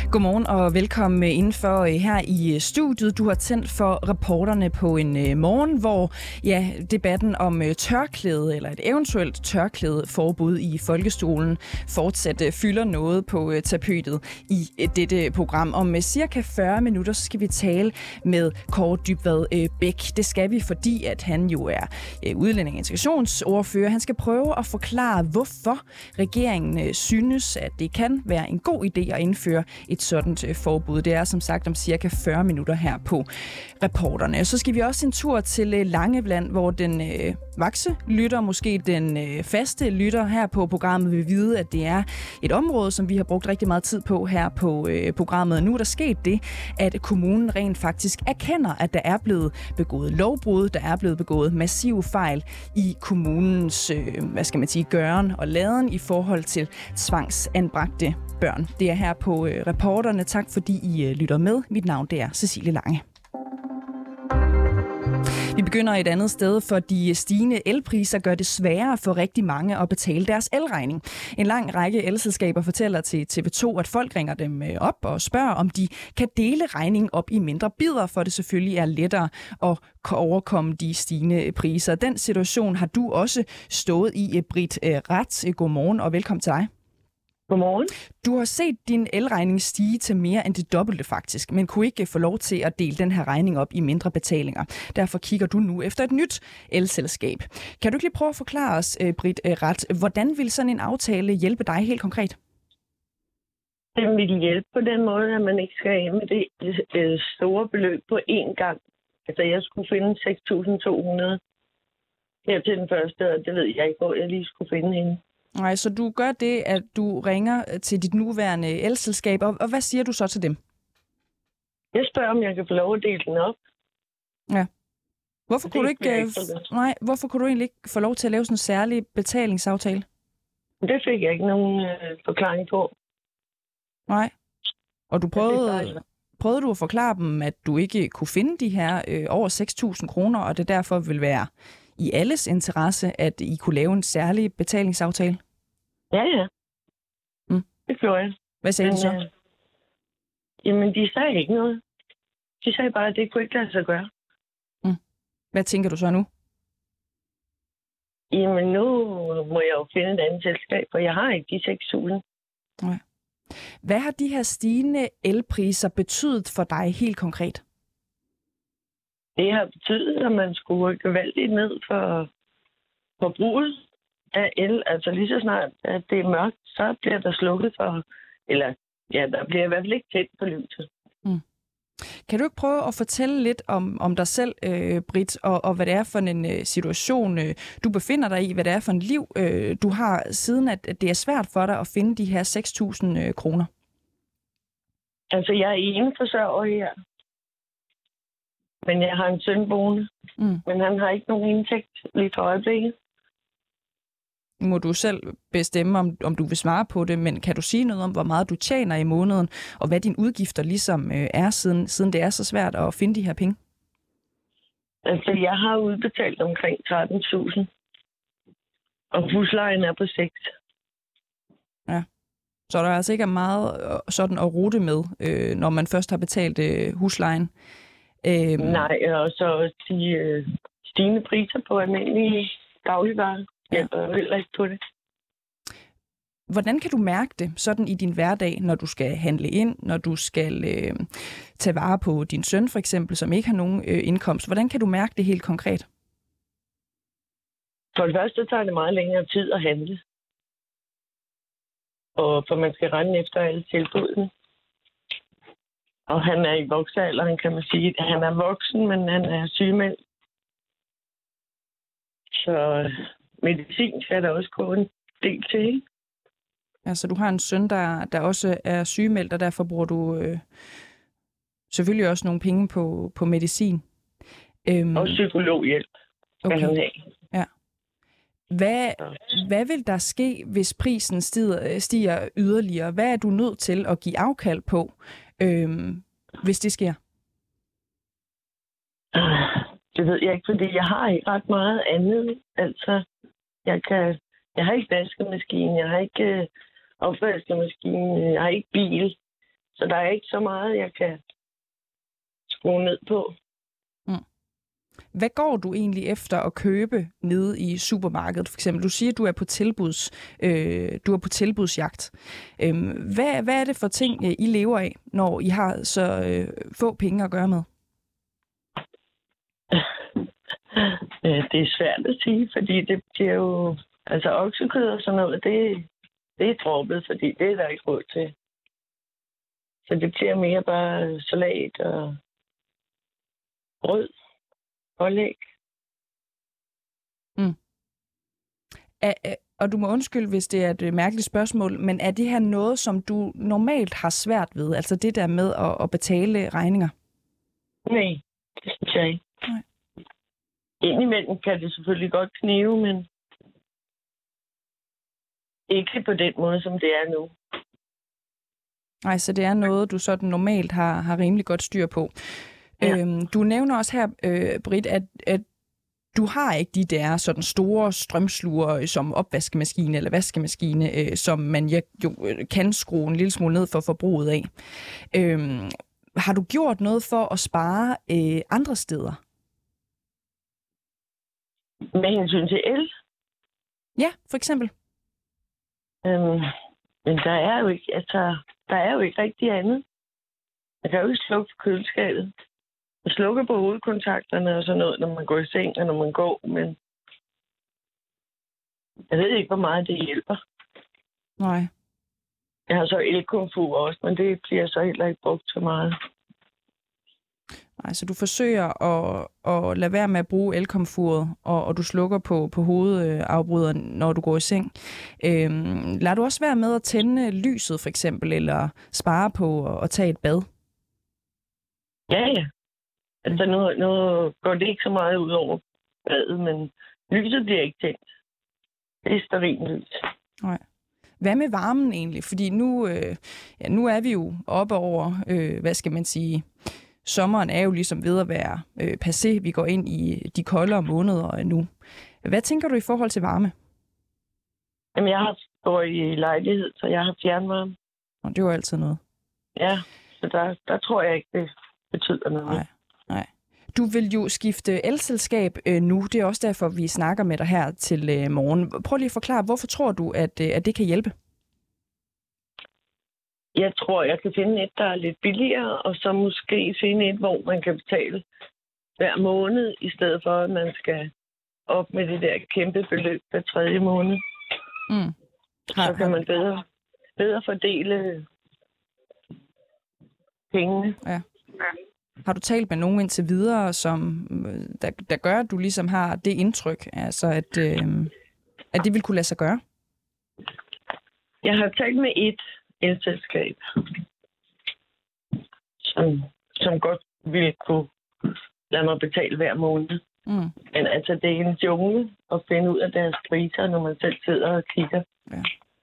Godmorgen og velkommen indenfor her i studiet. Du har tændt for reporterne på en morgen, hvor debatten om tørklæde eller et eventuelt tørklædeforbud i folkeskolen fortsat fylder noget på tapetet i dette program. Om cirka 40 minutter så skal vi tale med Kaare Dybvad Bek. Det skal vi, fordi at han jo er udlænding- og integrationsordfører. Han skal prøve at forklare, hvorfor regeringen synes, at det kan være en god idé at indføre et sådan forbud. Det er som sagt om cirka 40 minutter her på reporterne. Så skal vi også en tur til Langeland, hvor den vakse lytter, måske den faste lytter her på programmet, vil vide, at det er et område, som vi har brugt rigtig meget tid på her på programmet. Nu er der sket det, at kommunen rent faktisk erkender, at der er blevet begået lovbrud, der er blevet begået massive fejl i kommunens, gøren og laden i forhold til tvangsanbragte børn. Det er her på reporterne. Tak fordi I lytter med. Mit navn det er Cecilie Lange. Vi begynder et andet sted, for de stigende elpriser gør det sværere for rigtig mange at betale deres elregning. En lang række elselskaber fortæller til TV2, at folk ringer dem op og spørger, om de kan dele regningen op i mindre bidder, for det selvfølgelig er lettere at overkomme de stigende priser. Den situation har du også stået i, Britt Rat. Godmorgen og velkommen til dig. Godmorgen. Du har set din elregning stige til mere end det dobbelte faktisk, men kunne ikke få lov til at dele den her regning op i mindre betalinger. Derfor kigger du nu efter et nyt elselskab. Kan du ikke lige prøve at forklare os, Britt Rat, hvordan vil sådan en aftale hjælpe dig helt konkret? Den vil hjælpe på den måde, at man ikke skal af med det store beløb på én gang. Altså, jeg skulle finde 6.200 her til den første, og det ved jeg ikke, hvor jeg lige skulle finde hende. Nej, så du gør det, at du ringer til dit nuværende elselskab, og hvad siger du så til dem? Jeg spørger, om jeg kan få lov at dele den op. Ja. Hvorfor kunne du egentlig ikke få lov til at lave sådan en særlig betalingsaftale? Det fik jeg ikke nogen forklaring på. Nej. Og du prøvede du at forklare dem, at du ikke kunne finde de her over 6.000 kroner, og det derfor vil være i alles interesse, at I kunne lave en særlig betalingsaftale? Ja. Det gjorde jeg. Hvad sagde de så? Jamen, de sagde ikke noget. De sagde bare, at det kunne ikke lade sig gøre. Hvad tænker du så nu? Jamen, nu må jeg jo finde et andet selskab, for jeg har ikke de 6.000. Nej. Hvad har de her stigende elpriser betydet for dig helt konkret? Det har betydet, at man skulle rykke gevaldigt ned for forbruget af el. Altså lige så snart, at det er mørkt, så bliver der slukket for... Eller ja, der bliver i hvert fald ikke tændt på lyset. Kan du ikke prøve at fortælle lidt om dig selv, Britt, og hvad det er for en situation, du befinder dig i, hvad det er for en liv, du har, siden at det er svært for dig at finde de her 6.000 kroner? Altså, jeg er eneforsørger her. Men jeg har en søn boende. Men han har ikke nogen indtægt lige for øjeblikket. Må du selv bestemme, om du vil svare på det, men kan du sige noget om, hvor meget du tjener i måneden, og hvad dine udgifter ligesom er, siden det er så svært at finde de her penge? Altså, jeg har udbetalt omkring 13.000. Og huslejen er på 6. Ja. Så der altså ikke er meget sådan at rute med, når man først har betalt huslejen? Nej, og så de stigende priser på almindelige dagligvarer. Jeg gør heller ikke på det. Hvordan kan du mærke det sådan i din hverdag, når du skal handle ind, når du skal tage vare på din søn for eksempel, som ikke har nogen indkomst? Hvordan kan du mærke det helt konkret? For det første tager det meget længere tid at handle. Og for man skal rende efter alle tilbudene. Og han er i voksealderen, kan man sige. Han er voksen, men han er sygemeldt. Så medicin skal der også gå en del til, ikke? Altså, du har en søn, der også er sygemeldt, og derfor bruger du selvfølgelig også nogle penge på medicin. Og psykologhjælp skal han have. Ja. Hvad vil der ske, hvis prisen stiger yderligere? Hvad er du nødt til at give afkald på, hvis det sker? Det ved jeg ikke, fordi jeg har ikke ret meget andet. Altså, jeg har ikke vaskemaskine, jeg har ikke opvaskemaskine, jeg har ikke bil. Så der er ikke så meget, jeg kan skrue ned på. Hvad går du egentlig efter at købe nede i supermarkedet? For eksempel, du siger, at du er på tilbudsjagt. Hvad er det for ting, I lever af, når I har så få penge at gøre med? Det er svært at sige, fordi det bliver jo... Altså oksekød og sådan noget, det er droppet, fordi det er der ikke råd til. Så det bliver mere bare salat og brød. Pålæg. Og du må undskylde, hvis det er et mærkeligt spørgsmål, men er det her noget, som du normalt har svært ved? Altså det der med at betale regninger? Nej, det synes jeg ikke. Nej. Indimellem kan det selvfølgelig godt knive, men ikke på den måde, som det er nu. Nej, så det er noget, du sådan normalt har rimelig godt styr på. Ja. Du nævner også her, Britt, at du har ikke de der sådan store strømsluger som opvaskemaskine eller vaskemaskine, som man jo kan skrue en lille smule ned for forbruget af. Har du gjort noget for at spare andre steder? Med hensyn til el? Ja, for eksempel. Men der er jo ikke rigtig andet. Jeg kan jo ikke slukke køleskabet. Jeg slukker på hovedkontakterne og sådan noget, når man går i seng og når man går, men jeg ved ikke, hvor meget det hjælper. Nej. Jeg har så elkomfur også, men det bliver så heller ikke brugt så meget. Nej, så du forsøger at lade være med at bruge elkomfuret, og du slukker på hovedafbryderen, når du går i seng. Lader du også være med at tænde lyset, for eksempel, eller spare på at tage et bad? Ja. Altså nu går det ikke så meget ud over badet, men lyset bliver ikke tændt. Det er stearinlys. Nej. Hvad med varmen egentlig? Fordi nu er vi jo oppe over, hvad skal man sige, sommeren er jo ligesom ved at være passé. Vi går ind i de koldere måneder nu. Hvad tænker du i forhold til varme? Jamen, jeg går i lejlighed, så jeg har fjernvarme. Og det er jo altid noget. Ja, så der tror jeg ikke, det betyder noget. Nej. Du vil jo skifte elselskab nu. Det er også derfor, vi snakker med dig her til morgen. Prøv lige at forklare, hvorfor tror du, at det kan hjælpe? Jeg tror, jeg kan finde et, der er lidt billigere, og så måske finde et, hvor man kan betale hver måned, i stedet for, at man skal op med det der kæmpe beløb hver 3. måned. Så kan man bedre fordele pengene. Ja. Har du talt med nogen indtil videre, som der gør, at du ligesom har det indtryk, altså at det vil kunne lade sig gøre? Jeg har talt med et elselskab, som godt ville kunne lade mig betale hver måned. Men altså, det er en jungle at finde ud af deres priser, når man selv sidder og kigger. Ja.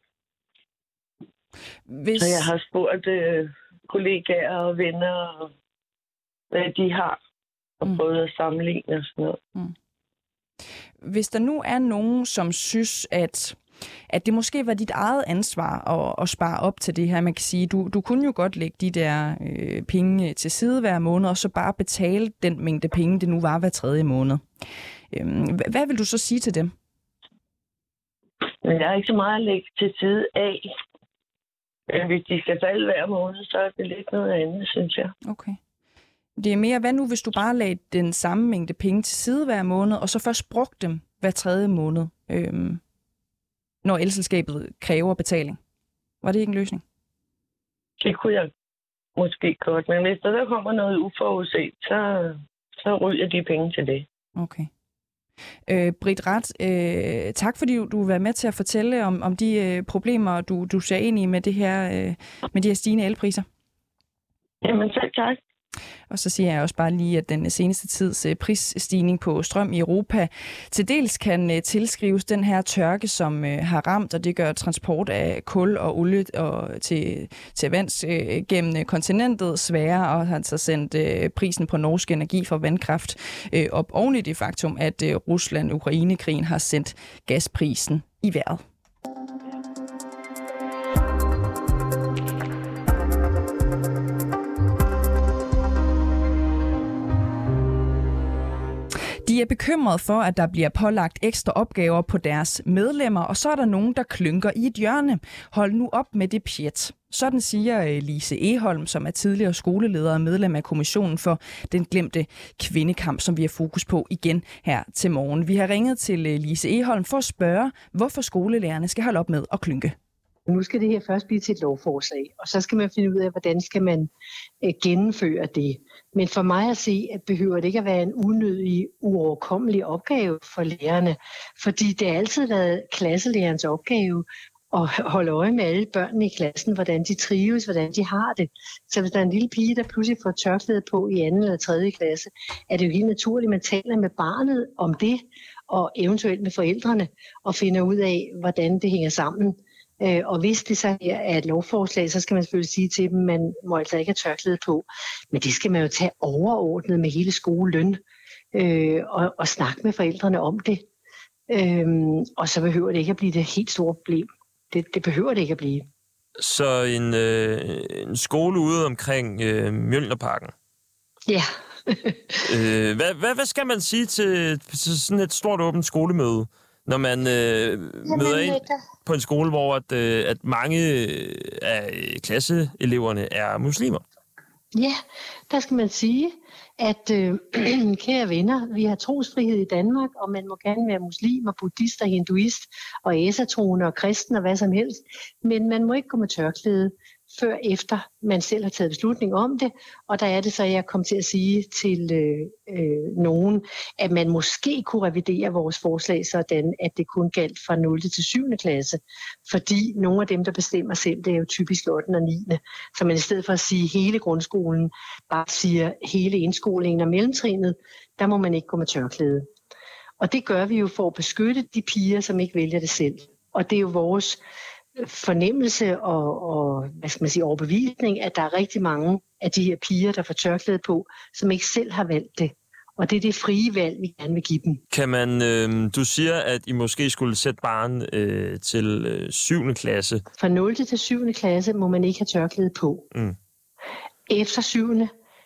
Så jeg har spurgt kollegaer og venner, og hvad de har, og prøvet at sammenligne og sådan noget. Hvis der nu er nogen, som synes, at det måske var dit eget ansvar at spare op til det her, man kan sige, du kunne jo godt lægge de der penge til side hver måned, og så bare betale den mængde penge, det nu var hver 3. måned. Hvad vil du så sige til dem? Men jeg har ikke så meget at lægge til side af. Men hvis de skal falde hver måned, så er det lidt noget andet, synes jeg. Okay. Det er mere, hvad nu, hvis du bare lagde den samme mængde penge til side hver måned, og så først brugte dem hver 3. måned, når elselskabet kræver betaling? Var det ikke en løsning? Det kunne jeg måske godt, men hvis der kommer noget uforudset, så ryger de penge til det. Okay. Britt Rath, tak fordi du vil være med til at fortælle om de problemer, du ser ind i med det her, med de her stigende elpriser. Jamen selv tak. Og så siger jeg også bare lige, at den seneste tids prisstigning på strøm i Europa til dels kan tilskrives den her tørke, som har ramt, og det gør transport af kul og olie til vands gennem kontinentet sværere, og har så sendt prisen på norsk energi for vandkraft op oven i det faktum, at Rusland-Ukraine-krigen har sendt gasprisen i vejret. De er bekymrede for, at der bliver pålagt ekstra opgaver på deres medlemmer, og så er der nogen, der klynker i et hjørne. Hold nu op med det pjat. Sådan siger Lise Egholm, som er tidligere skoleleder og medlem af kommissionen for den glemte kvindekamp, som vi har fokus på igen her til morgen. Vi har ringet til Lise Egholm for at spørge, hvorfor skolelærerne skal holde op med at klynke. Nu skal det her først blive til et lovforslag, og så skal man finde ud af, hvordan skal man gennemføre det. Men for mig at se, at behøver det ikke at være en unødig, uoverkommelig opgave for lærerne, fordi det har altid været klasselærerens opgave at holde øje med alle børnene i klassen, hvordan de trives, hvordan de har det. Så hvis der er en lille pige, der pludselig får tørklæde på i 2. eller 3. klasse, er det jo helt naturligt, at man taler med barnet om det, og eventuelt med forældrene, og finder ud af, hvordan det hænger sammen. Og hvis det så er et lovforslag, så skal man selvfølgelig sige til dem, at man må altså ikke have tørklæde på. Men det skal man jo tage overordnet med hele skoleløn og snakke med forældrene om det. Og så behøver det ikke at blive det helt store problem. Det behøver det ikke at blive. Så en skole ude omkring Mjølnerparken? Ja. Hvad skal man sige til sådan et stort åbent skolemøde, når man møder ind på en skole, hvor at mange af klasseeleverne er muslimer? Ja, der skal man sige, at kære venner, vi har trosfrihed i Danmark, og man må gerne være muslim og buddhist og hinduist og asatroende og kristen og hvad som helst, men man må ikke gå med tørklæde, før efter man selv har taget beslutning om det, og der er det så, jeg kom til at sige til nogen, at man måske kunne revidere vores forslag sådan, at det kun galt fra 0. til 7. klasse, fordi nogle af dem, der bestemmer selv, det er jo typisk 8. og 9. Så man i stedet for at sige hele grundskolen, bare siger hele indskolingen og mellemtrinet, der må man ikke gå med tørklæde. Og det gør vi jo for at beskytte de piger, som ikke vælger det selv. Og det er jo vores fornemmelse og hvad skal man sige, overbevisning, at der er rigtig mange af de her piger, der får tørklæde på, som ikke selv har valgt det. Og det er det frie valg, vi gerne vil give dem. Kan man, du siger, at I måske skulle sætte barn til 7. klasse. Fra 0. til 7. klasse må man ikke have tørklæde på. Mm. Efter 7.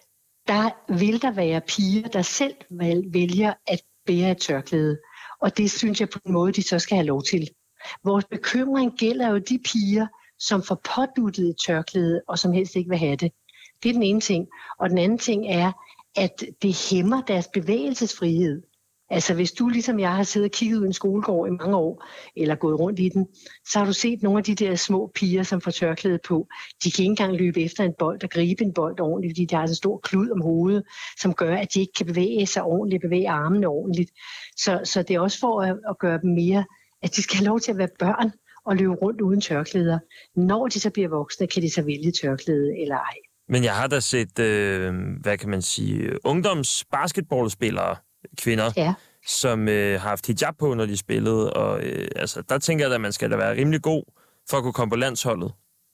der vil der være piger, der selv vælger at bære et tørklæde. Og det synes jeg på en måde, de så skal have lov til. Vores bekymring gælder jo de piger, som får påduttet et tørklæde, og som helst ikke vil have det. Det er den ene ting. Og den anden ting er, at det hæmmer deres bevægelsesfrihed. Altså hvis du ligesom jeg har siddet og kigget ud i en skolegård i mange år, eller gået rundt i den, så har du set nogle af de der små piger, som får tørklæde på. De kan ikke engang løbe efter en bold og gribe en bold ordentligt, fordi de har en stor klud om hovedet, som gør, at de ikke kan bevæge sig ordentligt, bevæge armene ordentligt. Så det er også for at gøre dem mere, at de skal have lov til at være børn og løbe rundt uden tørklæder. Når de så bliver voksne, kan de så vælge tørklæde eller ej. Men jeg har da set, hvad kan man sige, ungdomsbasketballspillere, kvinder, ja, som har haft hijab på, når de spillede. Og altså, der tænker jeg, at man skal da være rimelig god for at kunne komme på landsholdet.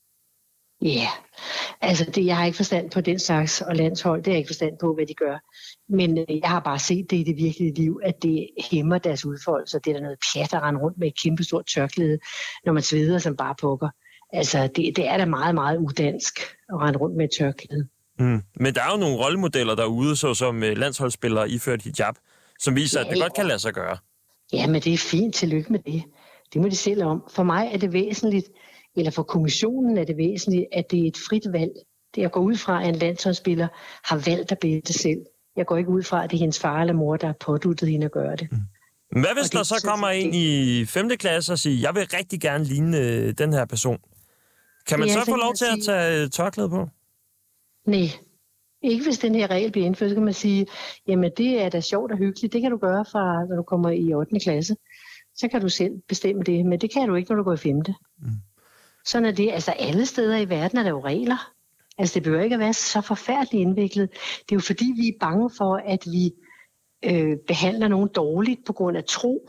Ja, yeah. Altså jeg har ikke forstand på den slags, og landshold, det har jeg ikke forstand på, hvad de gør. Men jeg har bare set det i det virkelige liv, at det hæmmer deres udfoldelse. Det er der noget pjat at rende rundt med et kæmpe stort tørklæde, når man sveder som bare pukker. Altså det er da meget, meget udansk at rende rundt med et tørklæde. Mm. Men der er jo nogle rollemodeller derude, såsom landsholdsspillere iført hijab, som viser, at det godt kan lade sig gøre. Ja, men det er fint. Tillykke med det. Det må de selv om. For mig er det væsentligt, eller for kommissionen er det væsentligt, at det er et frit valg. Det jeg går ud fra, at en landsholdsspiller har valgt at bede det selv. Jeg går ikke ud fra, at det er hendes far eller mor, der har påduttet hende at gøre det. Mm. Hvad hvis der så kommer en i 5. klasse og siger, jeg vil rigtig gerne ligne den her person? Kan man så få lov til at tage tørklæde på? Nej, ikke hvis den her regel bliver indført. Så kan man sige, jamen det er da sjovt og hyggeligt. Det kan du gøre, fra, når du kommer i 8. klasse. Så kan du selv bestemme det, men det kan du ikke, når du går i 5. Mm. Sådan er det. Altså alle steder i verden er der jo regler. Altså det behøver ikke at være så forfærdeligt indviklet. Det er jo fordi, vi er bange for, at vi behandler nogen dårligt på grund af tro.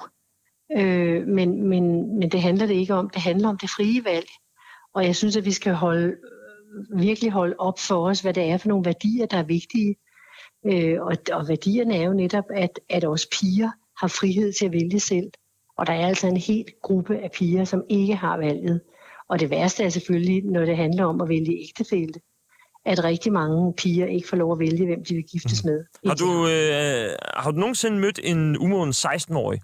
Men det handler det ikke om. Det handler om det frie valg. Og jeg synes, at vi skal virkelig holde op for os, hvad det er for nogle værdier, der er vigtige. Og værdierne er jo netop, at os piger har frihed til at vælge selv. Og der er altså en hel gruppe af piger, som ikke har valget. Og det værste er selvfølgelig, når det handler om at vælge ægtefælle, at rigtig mange piger ikke får lov at vælge, hvem de vil giftes med. Har du nogensinde mødt en umoden 16-årig?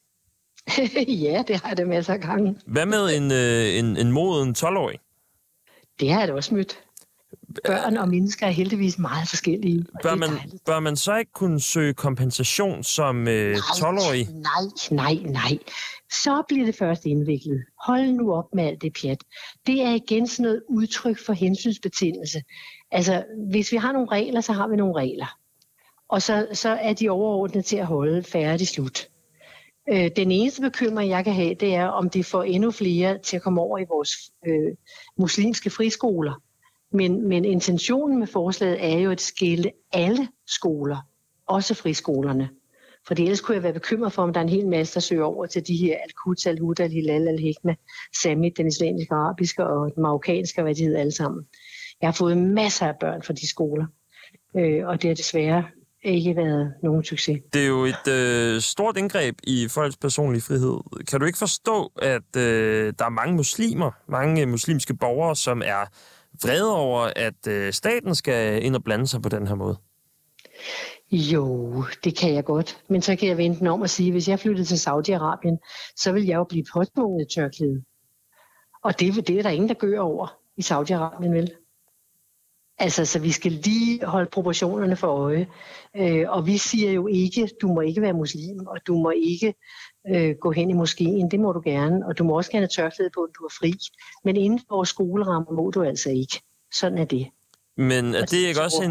Ja, det har jeg da masser af gange. Hvad med en moden 12-årig? Det har jeg da også mødt. Børn og mennesker er heldigvis meget forskellige. Bør man så ikke kunne søge kompensation som 12-årig? Nej. Så bliver det først indviklet. Hold nu op med alt det pjat. Det er igen sådan noget udtryk for hensynsbetændelse. Altså, hvis vi har nogle regler, så har vi nogle regler. Og så er de overordnet til at holde færdig slut. Den eneste bekymring, jeg kan have, det er, om det får endnu flere til at komme over i vores muslimske friskoler. Men intentionen med forslaget er jo at skille alle skoler, også friskolerne. For ellers kunne jeg være bekymret for, om der er en hel masse, der søger over til de her Al-Quds, Al-Huda, Al-Hilal, Al-Hikma, Samit, den islamiske, arabiske og den marokkanske, hvad de hedder alle sammen. Jeg har fået masser af børn fra de skoler, og det har desværre ikke været nogen succes. Det er jo et stort indgreb i folks personlige frihed. Kan du ikke forstå, at der er mange muslimske borgere, som er vrede over, at staten skal ind og blande sig på den her måde? Jo, det kan jeg godt. Men så kan jeg vente den om og sige, at hvis jeg flyttede til Saudi-Arabien, så vil jeg jo blive påtvunget tørklæde. Og det er der ingen, der gør over i Saudi-Arabien, vel? Altså, så vi skal lige holde proportionerne for øje. Og vi siger jo ikke, du må ikke være muslim, og du må ikke gå hen i moskeen. Det må du gerne, og du må også gerne have tørklæde på, at du er fri. Men inden for vores skolerammer må du altså ikke. Sådan er det. Men er det ikke også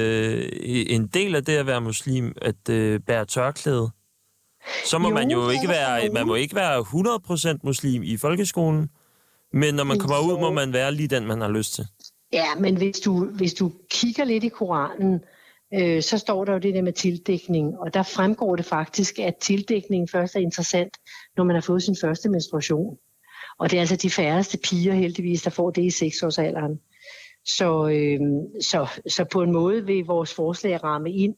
en del af det at være muslim, at bære tørklæde? Så må man jo ikke være, man må ikke være 100% muslim i folkeskolen, men når man kommer ud, må man være lige den, man har lyst til. Ja, men hvis du kigger lidt i Koranen, så står der jo det der med tildækning, og der fremgår det faktisk, at tildækning først er interessant, når man har fået sin første menstruation. Og det er altså de færreste piger heldigvis, der får det i 6-årsalderen. Så på en måde vil vores forslag ramme ind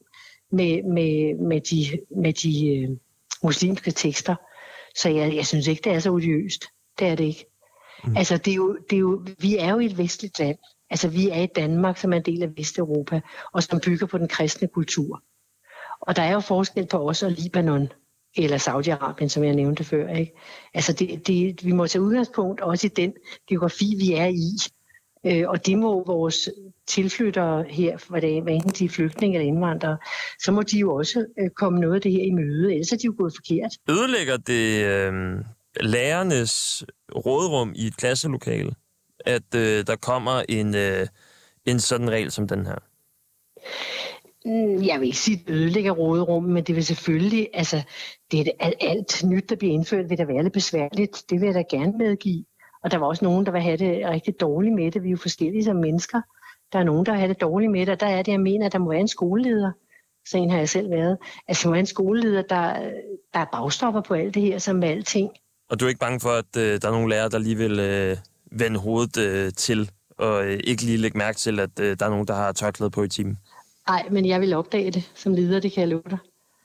med de muslimske tekster. Så jeg synes ikke, det er så odiøst. Det er det ikke. Altså, vi er jo i et vestligt land. Altså, vi er i Danmark, som er en del af Vesteuropa, og som bygger på den kristne kultur. Og der er jo forskel på os og Libanon, eller Saudi-Arabien, som jeg nævnte før, ikke? Altså, vi må tage udgangspunkt også i den geografi, vi er i. Og det må vores tilflyttere her, hvad enten de er flygtninge eller indvandrere, så må de jo også komme noget af det her i møde, ellers er de jo gået forkert. Ødelægger det lærernes råderum i et klasselokale, at der kommer en sådan regel som den her? Jeg vil ikke sige, at det ødelægger råderum, men det vil selvfølgelig, altså, det er alt nyt, der bliver indført, vil da være lidt besværligt. Det vil jeg da gerne medgive. Og der var også nogen, der vil have det rigtig dårligt med det. Vi er jo forskellige som mennesker. Der er nogen, der vil have det dårligt med det, og der er det, jeg mener, at der må være en skoleleder. Så en har jeg selv været. Altså, der må være en skoleleder, der er bagstopper på alt det her, som med alting. Og du er ikke bange for, at der er nogle lærere, der lige vil vende hovedet til, og ikke lige lægge mærke til, at der er nogen, der har tørklæde på i timen? Nej, men jeg vil opdage det som leder, det kan jeg love dig.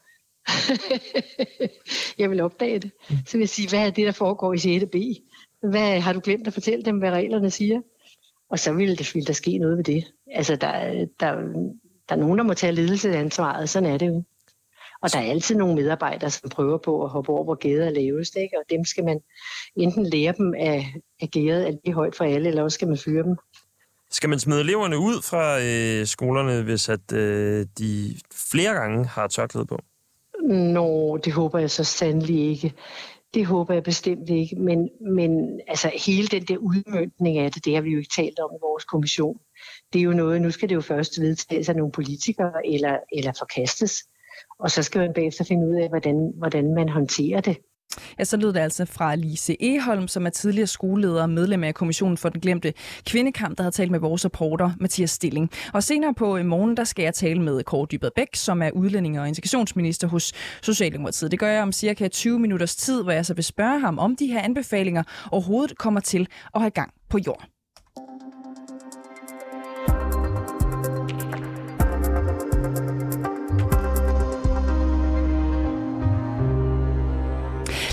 Jeg vil opdage det. Så vil jeg sige, hvad er det, der foregår i 6. B? Hvad har du glemt at fortælle dem, hvad reglerne siger? Og så vil der ske noget ved det. Altså, der er nogen, der må tage ledelsesansvaret. Sådan er det jo. Og der er altid nogle medarbejdere, som prøver på at hoppe over, hvor gæret er lavest, ikke? Og dem skal man enten lære dem, at gæret er lige højt for alle, eller også skal man fyre dem. Skal man smide eleverne ud fra skolerne, hvis at de flere gange har tørklæde på? Nå, det håber jeg så sandelig ikke. Det håber jeg bestemt ikke. Men altså, hele den der udmøntning af det har vi jo ikke talt om i vores kommission. Det er jo noget, nu skal det jo først vedtages af nogle politikere eller forkastes. Og så skal man bagefter finde ud af, hvordan man håndterer det. Ja, så lød det altså fra Lise Egholm, som er tidligere skoleleder og medlem af Kommissionen for den glemte kvindekamp, der har talt med vores reporter Mathias Stilling. Og senere på morgen, der skal jeg tale med Kaare Dybvad Bek, som er udlændinge- og integrationsminister hos Socialdemokratiet. Det gør jeg om cirka 20 minutters tid, hvor jeg så vil spørge ham, om de her anbefalinger overhovedet kommer til at have gang på jord.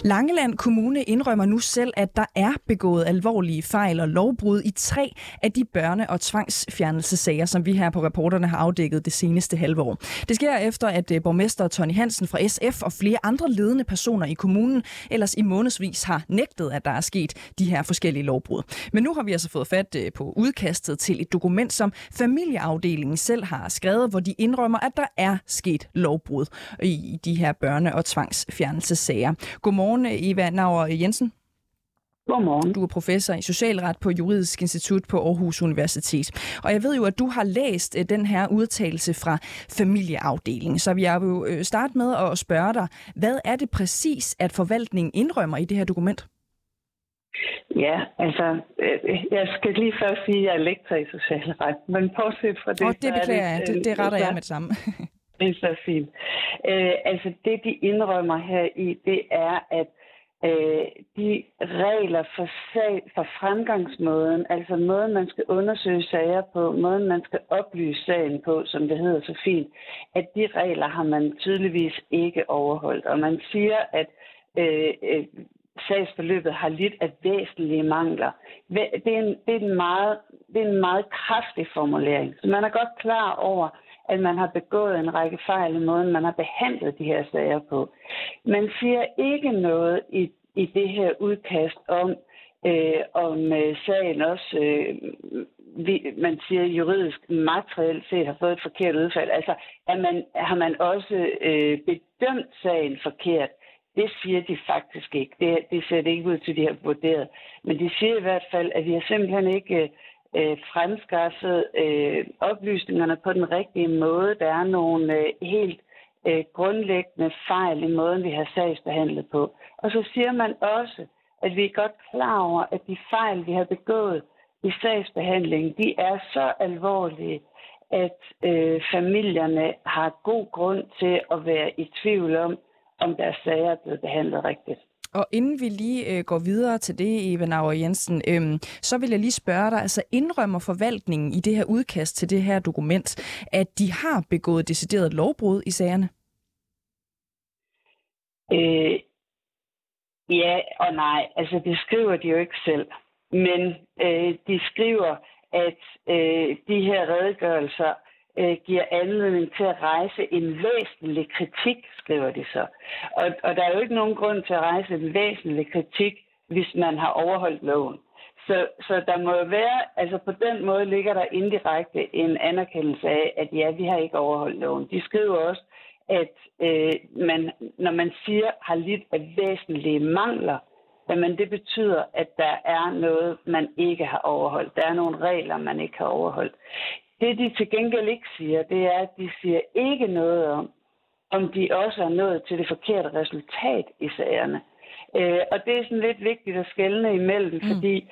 Langeland Kommune indrømmer nu selv, at der er begået alvorlige fejl og lovbrud i 3 af de børne- og tvangsfjernelsessager, som vi her på Reporterne har afdækket det seneste halve år. Det sker efter, at borgmester Tonni Hansen fra SF og flere andre ledende personer i kommunen ellers i månedsvis har nægtet, at der er sket de her forskellige lovbrud. Men nu har vi altså fået fat på udkastet til et dokument, som familieafdelingen selv har skrevet, hvor de indrømmer, at der er sket lovbrud i de her børne- og tvangsfjernelsessager. Godmorgen, Eva Nauer Jensen. Godmorgen. Du er professor i socialret på Juridisk Institut på Aarhus Universitet. Og jeg ved jo, at du har læst den her udtalelse fra familieafdelingen. Så jeg vil jo starte med at spørge dig, hvad er det præcis, at forvaltningen indrømmer i det her dokument? Ja, altså, jeg skal lige først sige, at jeg er lektor i socialret, men bortset fra det... det beklager jeg. Det retter jeg med det samme. Det er så fint. Altså, det de indrømmer her i, det er, at de regler for fremgangsmåden, altså måden, man skal undersøge sager på, måden, man skal oplyse sagen på, som det hedder så fint, at de regler har man tydeligvis ikke overholdt. Og man siger, at sagsforløbet har lidt af væsentlige mangler. Det er en meget kraftig formulering. Så man er godt klar over, at man har begået en række fejl i måden, man har behandlet de her sager på. Man siger ikke noget i det her udkast om sagen også, man siger juridisk materielt set har fået et forkert udfald. Altså, har man også bedømt sagen forkert? Det siger de faktisk ikke. Det ser det ikke ud til, de har vurderet. Men de siger i hvert fald, at vi har simpelthen ikke fremskaffet oplysningerne på den rigtige måde. Der er nogle helt grundlæggende fejl i måden, vi har sagsbehandlet på. Og så siger man også, at vi er godt klar over, at de fejl, vi har begået i sagsbehandlingen, de er så alvorlige, at familierne har god grund til at være i tvivl om deres sager er blevet behandlet rigtigt. Og inden vi lige går videre til det, Eva Nauer Jensen, så vil jeg lige spørge dig, altså indrømmer forvaltningen i det her udkast til det her dokument, at de har begået decideret lovbrud i sagerne? Ja og nej. Altså det skriver de jo ikke selv. Men de skriver, at de her redegørelser giver anledning til at rejse en væsentlig kritik, skriver de så. Og der er jo ikke nogen grund til at rejse en væsentlig kritik, hvis man har overholdt loven. Så der må jo være, altså på den måde ligger der indirekte en anerkendelse af, at ja, vi har ikke overholdt loven. De skriver også, at når man siger, har lidt af væsentlige mangler, jamen det betyder, at der er noget, man ikke har overholdt. Der er nogle regler, man ikke har overholdt. Det, de til gengæld ikke siger, det er, at de siger ikke noget om de også er nået til det forkerte resultat i sagerne. Og det er sådan lidt vigtigt at skelne imellem, fordi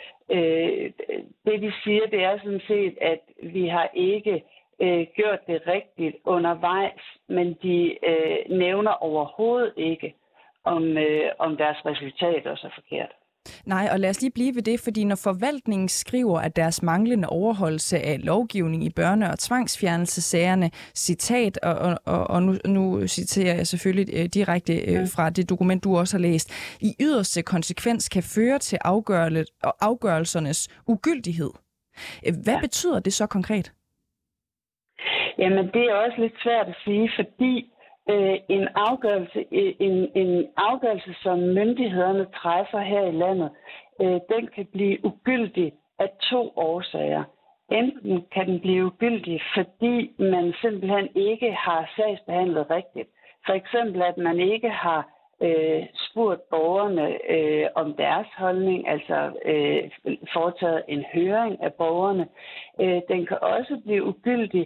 det, de siger, det er sådan set, at vi har ikke gjort det rigtigt undervejs, men de nævner overhovedet ikke, om deres resultat også er forkert. Nej, og lad os lige blive ved det, fordi når forvaltningen skriver, at deres manglende overholdelse af lovgivning i børne- og tvangsfjernelsessagerne, citat, og nu citerer jeg selvfølgelig direkte fra det dokument, du også har læst, i yderste konsekvens kan føre til afgørelsernes ugyldighed. Hvad betyder det så konkret? Jamen, det er også lidt svært at sige, fordi en afgørelse, som myndighederne træffer her i landet, den kan blive ugyldig af 2 årsager. Enten kan den blive ugyldig, fordi man simpelthen ikke har sagsbehandlet rigtigt. For eksempel, at man ikke har spurgt borgerne om deres holdning, altså foretaget en høring af borgerne. Den kan også blive ugyldig,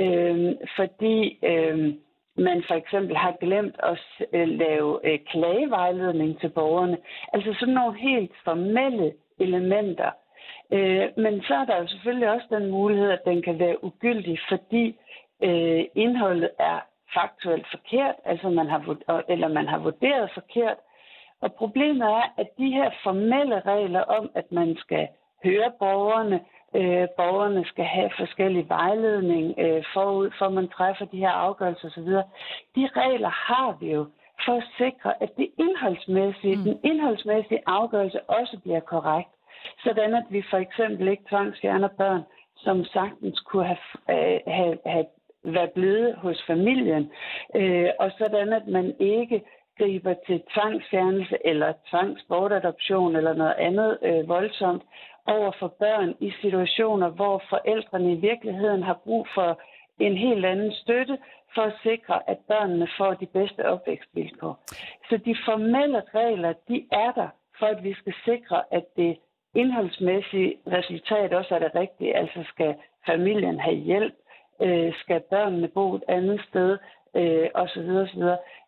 fordi man for eksempel har glemt at lave klagevejledning til borgerne. Altså sådan nogle helt formelle elementer. Men så er der jo selvfølgelig også den mulighed, at den kan være ugyldig, fordi indholdet er faktuelt forkert, altså man har vurderet forkert. Og problemet er, at de her formelle regler om, at man skal høre borgerne skal have forskellig vejledning forud for, man træffer de her afgørelser osv. De regler har vi jo for at sikre, at det den indholdsmæssige afgørelse også bliver korrekt. Sådan at vi for eksempel ikke tvangsfjerner børn, som sagtens kunne have været blevet hos familien, og sådan at man ikke griber til tvangsfjernelse eller tvangsbortadoption eller noget andet voldsomt over for børn i situationer, hvor forældrene i virkeligheden har brug for en helt anden støtte for at sikre, at børnene får de bedste opvækstvilkår. Så de formelle regler, de er der for, at vi skal sikre, at det indholdsmæssige resultat også er det rigtige. Altså skal familien have hjælp, skal børnene bo et andet sted, osv. osv.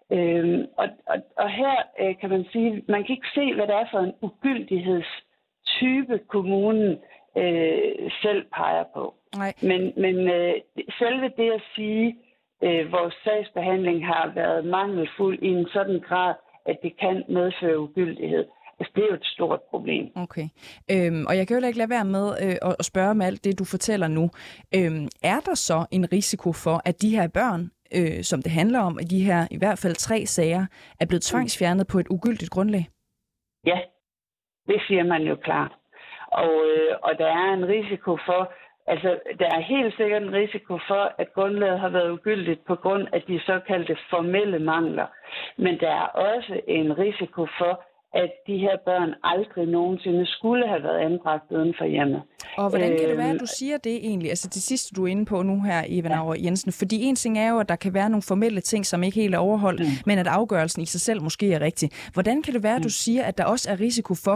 Og her kan man sige, man kan ikke se, hvad det er for en ugyldighedstype kommunen selv peger på. Nej. Men selve det at sige, vores sagsbehandling har været mangelfuld i en sådan grad, at det kan medføre ugyldighed. Altså, det er jo et stort problem. Okay. Og jeg kan jo ikke lade være med at spørge om alt det, du fortæller nu. Er der så en risiko for, at de her børn, som det handler om, at de her i hvert fald 3 sager, er blevet tvangsfjernet på et ugyldigt grundlag? Ja, det siger man jo klart. Og der er en risiko for, altså der er helt sikkert en risiko for, at grundlaget har været ugyldigt på grund af de såkaldte formelle mangler. Men der er også en risiko for, at de her børn aldrig nogensinde skulle have været anbragt uden for hjemmet. Og hvordan kan det være, at du siger det egentlig? Altså det sidste, du er inde på nu her, Eva Nauer Jensen. Fordi en ting er jo, at der kan være nogle formelle ting, som ikke helt er overholdt, men at afgørelsen i sig selv måske er rigtig. Hvordan kan det være, at du siger, at der også er risiko for,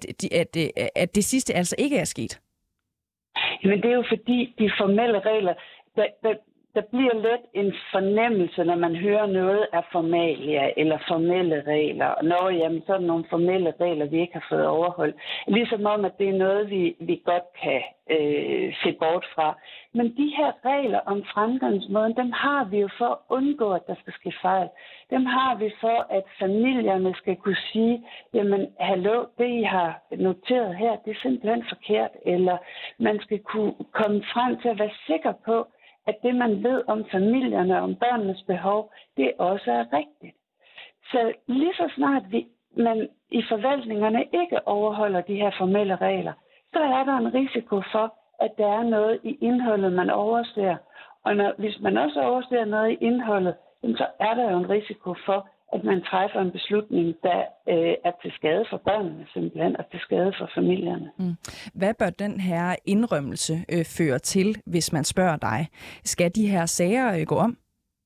at det sidste altså ikke er sket? Jamen det er jo fordi, de formelle regler, der bliver let en fornemmelse, når man hører noget af formalia eller formelle regler. Nå, jamen, så er der nogle formelle regler, vi ikke har fået overholdt. Ligesom om, at det er noget, vi godt kan se bort fra. Men de her regler om fremgangsmåden, dem har vi jo for at undgå, at der skal ske fejl. Dem har vi for, at familierne skal kunne sige, jamen, hallo, det I har noteret her, det er simpelthen forkert. Eller man skal kunne komme frem til at være sikker på, at det, man ved om familierne og om børnenes behov, det også er rigtigt. Så lige så snart man i forvaltningerne ikke overholder de her formelle regler, så er der en risiko for, at der er noget i indholdet, man overser. Og hvis man også overser noget i indholdet, så er der jo en risiko for, at man træffer en beslutning, der er til skade for børnene simpelthen, og til skade for familierne. Hvad bør den her indrømmelse føre til, hvis man spørger dig? Skal de her sager gå om?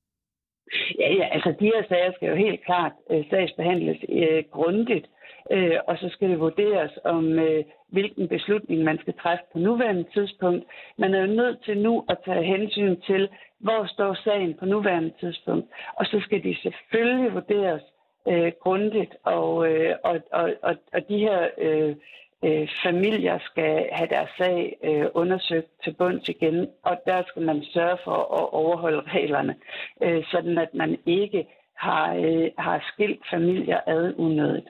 Ja, altså de her sager skal jo helt klart sagsbehandles grundigt, og så skal det vurderes om, hvilken beslutning man skal træffe på nuværende tidspunkt. Man er jo nødt til nu at tage hensyn til, hvor står sagen på nuværende tidspunkt. Og så skal de selvfølgelig vurderes grundigt, og de her familier skal have deres sag undersøgt til bunds igen, og der skal man sørge for at overholde reglerne, sådan at man ikke har skilt familier ad unødigt.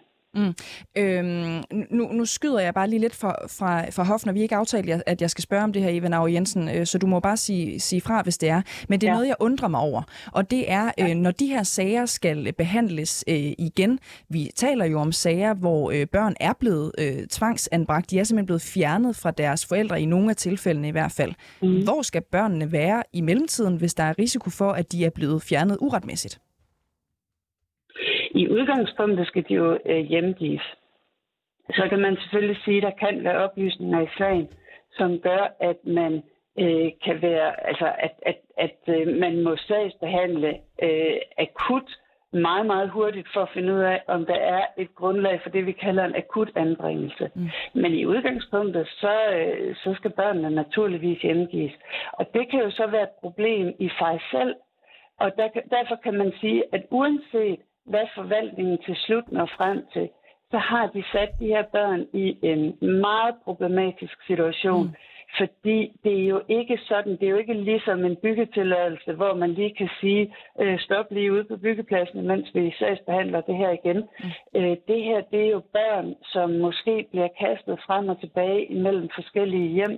Nu skyder jeg bare lige lidt fra hoften, og vi har ikke aftalt, at jeg skal spørge om det her, Eva Nauer Jensen, så du må bare sige fra, hvis det er. Men det er noget, jeg undrer mig over, og det er, når de her sager skal behandles igen. Vi taler jo om sager, hvor børn er blevet tvangsanbragt. De er simpelthen blevet fjernet fra deres forældre, i nogle af tilfældene i hvert fald. Hvor skal børnene være i mellemtiden, hvis der er risiko for, at de er blevet fjernet uretmæssigt? I udgangspunktet skal de jo hjemgives. Så kan man selvfølgelig sige, at der kan være oplysninger i sagen, som gør, at man kan være, altså at man må sagsbehandle akut meget, meget hurtigt for at finde ud af, om der er et grundlag for det, vi kalder en akut anbringelse. Men i udgangspunktet, så skal børnene naturligvis hjemgives. Og det kan jo så være et problem i sig selv. Og derfor kan man sige, at uanset hvad forvaltningen til slut når frem til, så har de sat de her børn i en meget problematisk situation, Fordi det er jo ikke sådan, det er jo ikke ligesom en byggetilladelse, hvor man lige kan sige, stop lige ude på byggepladsen, mens vi sagsbehandler det her igen. Det her, det er jo børn, som måske bliver kastet frem og tilbage imellem forskellige hjem,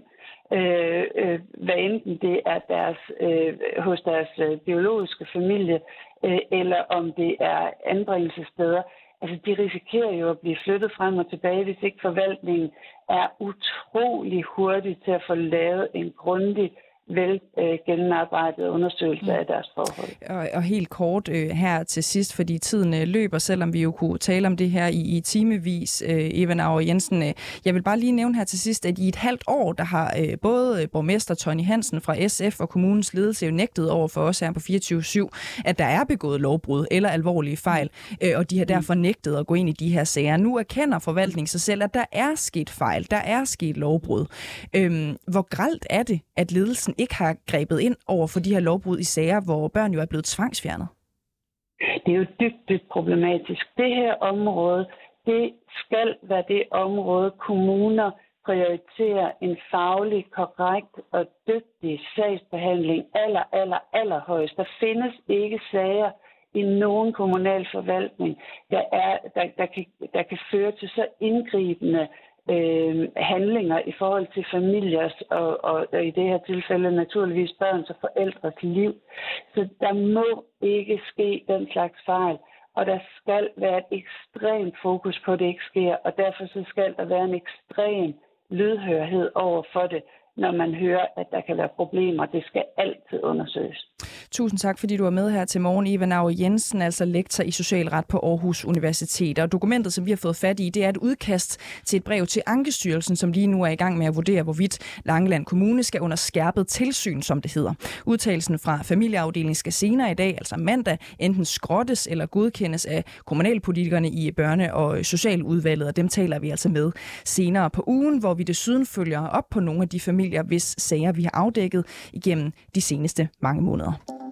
hvad enten det er hos deres biologiske familie, eller om det er anbringelsessteder. Altså, de risikerer jo at blive flyttet frem og tilbage, hvis ikke forvaltningen er utrolig hurtig til at få lavet en grundig, gennemarbejdet undersøgelse af deres forhold. Og helt kort her til sidst, fordi tiden løber, selvom vi jo kunne tale om det her i timevis, Eva Naur Jensen. Jeg vil bare lige nævne her til sidst, at i et halvt år, der har både borgmester Tonni Hansen fra SF og kommunens ledelse jo nægtet over for os her på 24/7, at der er begået lovbrud eller alvorlige fejl, og de har derfor nægtet at gå ind i de her sager. Nu erkender forvaltningen sig selv, at der er sket fejl, der er sket lovbrud. Hvor grelt er det, at ledelsen ikke har grebet ind over for de her lovbrud i sager, hvor børn jo er blevet tvangsfjernet? Det er jo dybt problematisk. Det her område, det skal være det område, kommuner prioriterer en faglig, korrekt og dygtig sagsbehandling allerhøjst. Der findes ikke sager i nogen kommunal forvaltning, der kan føre til så indgribende handlinger i forhold til familiers og i det her tilfælde naturligvis børns og forældres liv. Så der må ikke ske den slags fejl, og der skal være et ekstremt fokus på, at det ikke sker, og derfor så skal der være en ekstrem lydhørhed over for det, når man hører, at der kan være problemer. Det skal altid undersøges. Tusind tak, fordi du var med her til morgen, Eva Naur Jensen, altså lektor i socialret på Aarhus Universitet. Og dokumentet, som vi har fået fat i, det er et udkast til et brev til Ankestyrelsen, som lige nu er i gang med at vurdere, hvorvidt Langeland Kommune skal under skærpet tilsyn, som det hedder. Udtalelsen fra familieafdelingen skal senere i dag, altså mandag, enten skrottes eller godkendes af kommunalpolitikerne i børne- og socialudvalget, og dem taler vi altså med senere på ugen, hvor vi desuden følger op på nogle af de familier, hvis sager vi har afdækket igennem de seneste mange måneder.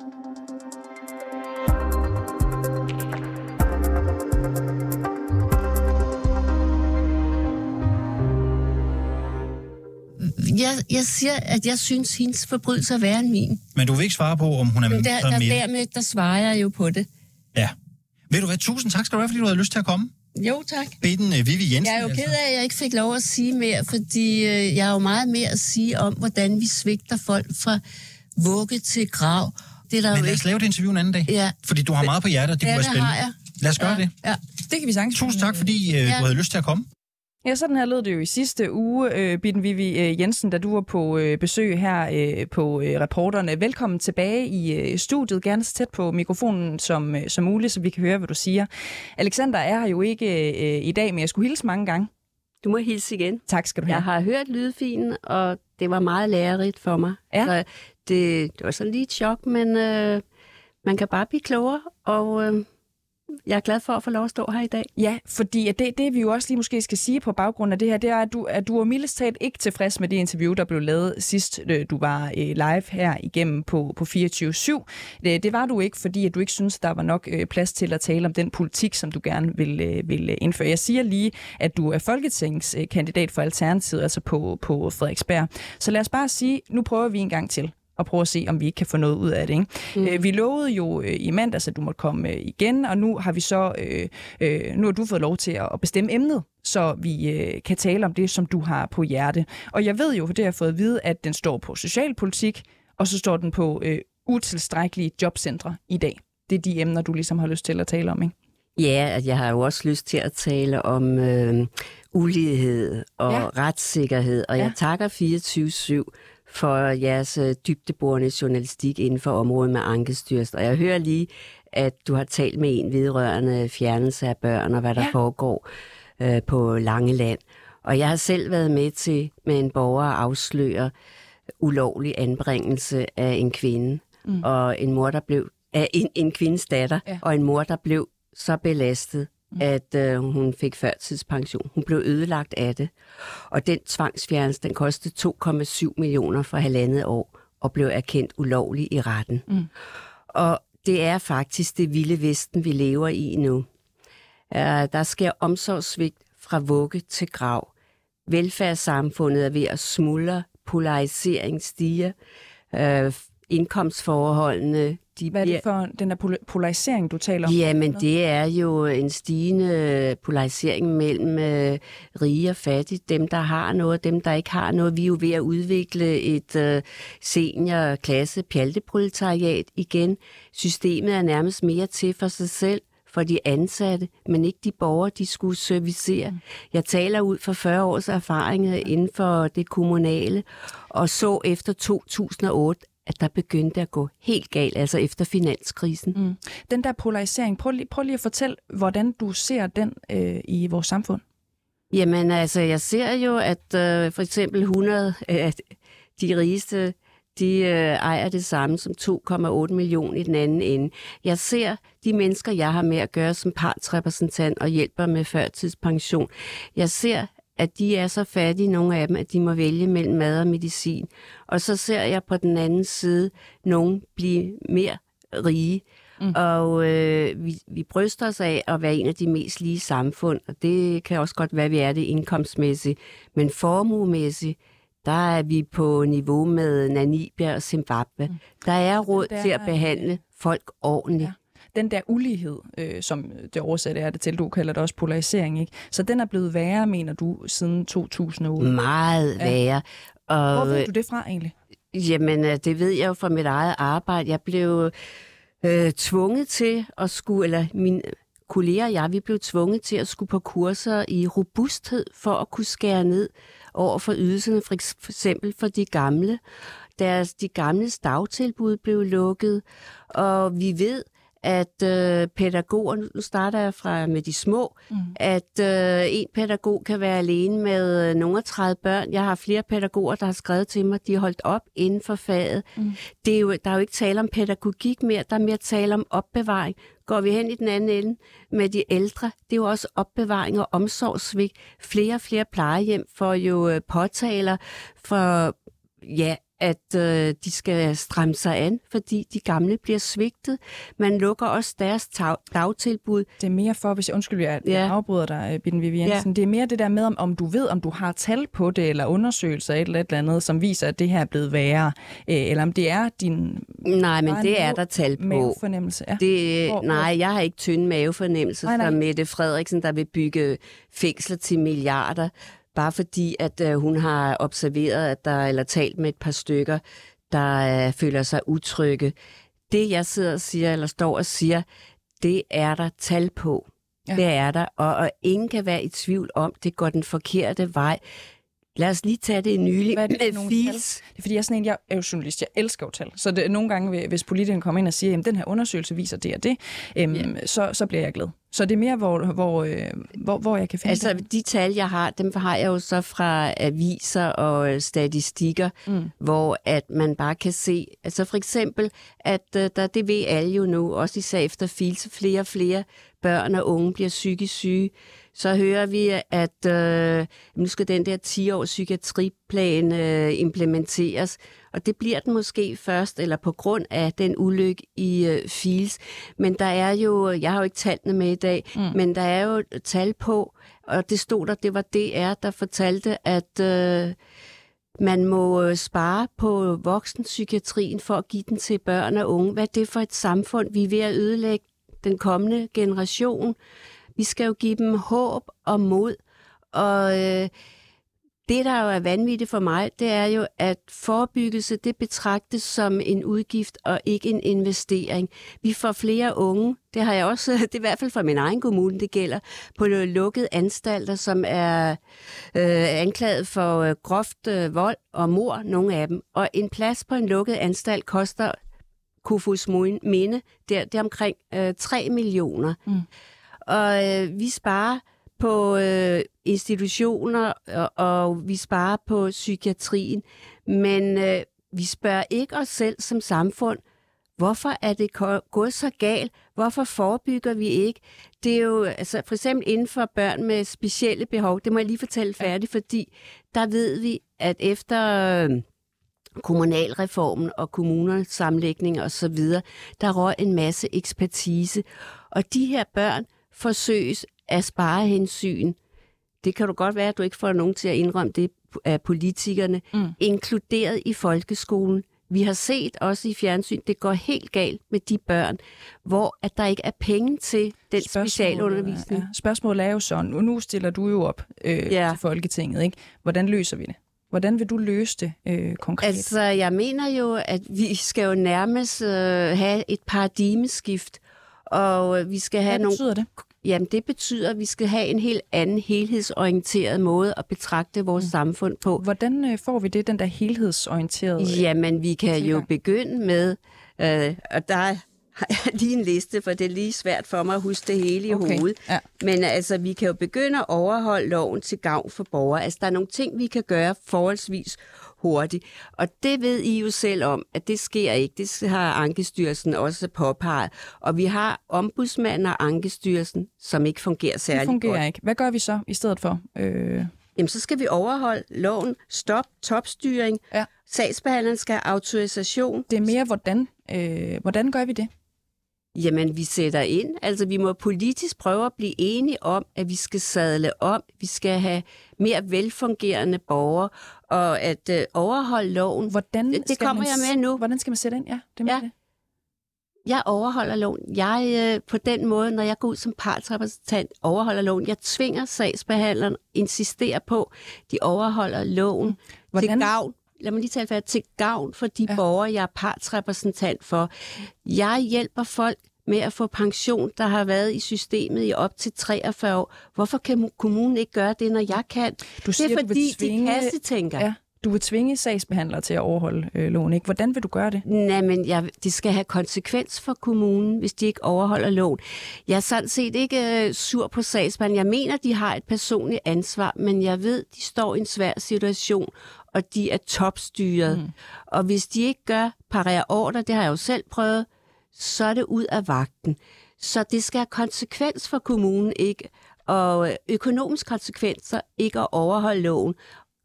Jeg siger, at jeg synes, hendes forbrydelse er værre end min. Men du vil ikke svare på, om hun er mere? Dermed svarer jeg jo på det. Ja. Ved du hvad, tusind tak skal du have, fordi du havde lyst til at komme. Jo, tak. Bitten Vivi Jensen. Jeg er jo ked af, at jeg ikke fik lov at sige mere, fordi jeg har jo meget mere at sige om, hvordan vi svigter folk fra vugge til grav. Det er der. Men lad os lave et interview en anden dag. Ja. Fordi du har meget på hjertet, det kunne være spændende. Har jeg. Lad os gøre det. Ja, det kan vi sagtens. Tusind tak, fordi du havde lyst til at komme. Ja, sådan her lød det jo i sidste uge, Bitten Vivi Jensen, da du var på besøg her på Reporterne. Velkommen tilbage i studiet, gerne så tæt på mikrofonen som muligt, så vi kan høre, hvad du siger. Alexander er her jo ikke i dag, men jeg skulle hilse mange gange. Du må hilse igen. Tak skal du have. Jeg har hørt lydfilen, og det var meget lærerigt for mig. Ja. Så det var sådan lige et chok, men man kan bare blive klogere, og jeg er glad for at få lov at stå her i dag. Ja, fordi det vi jo også lige måske skal sige på baggrund af det her, det er, at du er mildest talt ikke tilfreds med det interview, der blev lavet sidst, du var live her igennem på 24/7. Det var du ikke, fordi at du ikke synes, der var nok plads til at tale om den politik, som du gerne vil indføre. Jeg siger lige, at du er folketingskandidat for Alternativet, altså på Frederiksberg. Så lad os bare sige, nu prøver vi en gang til og prøve at se, om vi ikke kan få noget ud af det. Ikke? Vi lovede jo i mandags, at du måtte komme igen, og nu har vi så nu har du fået lov til at bestemme emnet, så vi kan tale om det, som du har på hjerte. Og jeg ved jo, for det har jeg fået at vide, at den står på socialpolitik, og så står den på utilstrækkelige jobcentre i dag. Det er de emner, du ligesom har lyst til at tale om, ikke? Ja, jeg har jo også lyst til at tale om ulighed og retssikkerhed, og jeg takker 24/7 for jeres dybdeborende journalistik inden for området med Ankestyrelsen. Og jeg hører lige, at du har talt med en vedrørende fjernelse af børn og hvad der foregår på Langeland. Og jeg har selv været med til med en borger at afsløre ulovlig anbringelse af en kvinde og en mor, der blev af en kvindes datter, og en mor, der blev så belastet, at hun fik førtidspension. Hun blev ødelagt af det. Og den tvangsfjernelse, den kostede 2,7 millioner for 1,5 år, og blev erkendt ulovlig i retten. Og det er faktisk det vilde vesten, vi lever i nu. Der sker omsorgssvigt fra vugge til grav. Velfærdssamfundet er ved at smuldre polarisering stiger, indkomstforholdene. Hvad er det for den der polarisering, du taler om? Jamen, det er jo en stigende polarisering mellem rige og fattige. Dem, der har noget, dem, der ikke har noget. Vi er jo ved at udvikle et seniorklasse pjalteproletariat igen. Systemet er nærmest mere til for sig selv, for de ansatte, men ikke de borgere, de skulle servicere. Jeg taler ud fra 40 års erfaring inden for det kommunale, og så efter 2008, at der begyndte at gå helt galt, altså efter finanskrisen. Den der polarisering, prøv lige at fortælle, hvordan du ser den i vores samfund. Jamen altså, jeg ser jo, at for eksempel 100 de rigeste, de ejer det samme som 2,8 millioner i den anden ende. Jeg ser de mennesker, jeg har med at gøre som partsrepræsentant og hjælper med førtidspension. Jeg ser, at de er så fattige, nogle af dem, at de må vælge mellem mad og medicin. Og så ser jeg på den anden side nogen blive mere rige. Og vi bryster os af at være en af de mest lige samfund, og det kan også godt være, at vi er det indkomstmæssigt. Men formuemæssigt, der er vi på niveau med Namibia og Zimbabwe. Der er råd til at behandle folk ordentligt. Ja. Den der ulighed, som det oversætte er det til, du kalder det også polarisering, ikke? Så den er blevet værre, mener du, siden 2008? Meget værre. Og, hvor ved du det fra egentlig? Jamen, det ved jeg jo fra mit eget arbejde. Jeg blev tvunget til at skulle, eller mine kolleger og jeg, vi blev tvunget til at skulle på kurser i robusthed for at kunne skære ned over for ydelserne, for eksempel for de gamle. De gamles dagtilbud blev lukket, og vi ved, at pædagoger, nu starter jeg med de små, at en pædagog kan være alene med nogle 30 børn. Jeg har flere pædagoger, der har skrevet til mig, de er holdt op inden for faget. Der er jo ikke tale om pædagogik mere, der er mere tale om opbevaring. Går vi hen i den anden ende med de ældre, det er jo også opbevaring og omsorgssvigt. Flere og flere plejehjem får jo påtaler for, at de skal stramme sig an, fordi de gamle bliver svigtet. Man lukker også deres dagtilbud. Det er mere for, hvis jeg afbryder dig, Bitten Vivi Jensen, det er mere det der med, om du ved, om du har tal på det, eller undersøgelser eller andet, som viser, at det her er blevet værre, eller om det er din... Nej, men det er der tal på. Mavefornemmelse, ja. Nej, jeg har ikke tynd mavefornemmelse fra Mette Frederiksen, der vil bygge fængsler til milliarder. Bare fordi, at hun har observeret, eller talt med et par stykker, der føler sig utrygge. Det, jeg sidder og siger, eller står og siger, det er der tal på. Ja. Det er der, og ingen kan være i tvivl om, det går den forkerte vej. Lad os lige tage det nylig med Fils. Det er fordi, jeg er jo journalist, jeg elsker jo tal. Så det, nogle gange, hvis politikerne kommer ind og siger, at den her undersøgelse viser det og det, så bliver jeg glad. Så det er mere, hvor jeg kan finde det. Altså, de tal, jeg har, dem har jeg jo så fra aviser og statistikker, hvor at man bare kan se, altså for eksempel, at det ved alle jo nu, også især efter Fils, flere og flere børn og unge bliver psykisk syge. Så hører vi, at nu skal den der 10-års psykiatriplan implementeres, og det bliver den måske først, eller på grund af den ulykke i Fils. Men der er jo, jeg har jo ikke tallene med i dag, men der er jo tal på, og det stod der, det var DR, der fortalte, at man må spare på voksenpsykiatrien for at give den til børn og unge. Hvad er det for et samfund, vi er ved at ødelægge den kommende generation? Vi skal jo give dem håb og mod, og det, der jo er vanvittigt for mig, det er jo, at forebyggelse, det betragtes som en udgift og ikke en investering. Vi får flere unge, det har jeg også, det er i hvert fald fra min egen kommune, det gælder, på lukkede anstalter, som er anklaget for groft vold og mord, nogle af dem. Og en plads på en lukket anstalt koster Kofoeds Minde, det er omkring 3 millioner. Og vi sparer på institutioner, og vi sparer på psykiatrien, men vi spørger ikke os selv som samfund, hvorfor er det gået så galt? Hvorfor forebygger vi ikke? Det er jo altså, for eksempel inden for børn med specielle behov, det må jeg lige fortælle færdigt, fordi der ved vi, at efter kommunalreformen og kommunernes sammenlægning og så videre, der røg en masse ekspertise, og de her børn forsøges af sparehensyn. Det kan du godt være, at du ikke får nogen til at indrømme det af politikerne, inkluderet i folkeskolen. Vi har set også i fjernsyn, det går helt galt med de børn, hvor at der ikke er penge til den specialundervisning. Ja. Spørgsmålet er jo sådan, nu stiller du jo op til Folketinget, ikke? Hvordan løser vi det? Hvordan vil du løse det konkret? Altså, jeg mener jo, at vi skal jo nærmest have et paradigmeskift, og vi skal have Hvad betyder det? Jamen, det betyder, at vi skal have en helt anden helhedsorienteret måde at betragte vores samfund på. Hvordan får vi det, den der helhedsorienterede? Jamen, vi kan jo begynde med, og der har jeg lige en liste, for det er lige svært for mig at huske det hele i hovedet. Ja. Men altså, vi kan jo begynde at overholde loven til gavn for borgere. Altså, der er nogle ting, vi kan gøre forholdsvis hurtigt. Og det ved I jo selv om, at det sker ikke. Det har Ankestyrelsen også påpeget. Og vi har ombudsmanden og Ankestyrelsen, som ikke fungerer særlig godt. Det fungerer ikke. Hvad gør vi så i stedet for? Jamen, så skal vi overholde loven. Stop topstyring. Ja. Sagsbehandleren skal have autorisation. Det er mere hvordan. Hvordan gør vi det? Jamen, vi sætter ind. Altså, vi må politisk prøve at blive enige om, at vi skal sadle om. Vi skal have mere velfungerende borgere, og at overholde loven. Det kommer jeg med nu. Hvordan skal man sætte ind? Ja, det med det. Jeg overholder loven. Jeg på den måde, når jeg går ud som partsrepræsentant, overholder loven. Jeg tvinger sagsbehandleren, insisterer på, de overholder loven til gavn. Lad mig lige tale færdigt. Til gavn for de borgere, jeg er partsrepræsentant for. Jeg hjælper folk med at få pension, der har været i systemet i op til 43 år. Hvorfor kan kommunen ikke gøre det, når jeg kan? Det er fordi, de kassetænker. Ja. Du vil tvinge sagsbehandlere til at overholde loven, ikke? Hvordan vil du gøre det? Nej, men det skal have konsekvens for kommunen, hvis de ikke overholder loven. Jeg er sådan set ikke sur på sagsbehandlere. Jeg mener, de har et personligt ansvar, men jeg ved, de står i en svær situation, og de er topstyret. Og hvis de ikke parerer ordre, det har jeg jo selv prøvet, så er det ud af vagten. Så det skal have konsekvens for kommunen, ikke? Og økonomiske konsekvenser, ikke at overholde loven.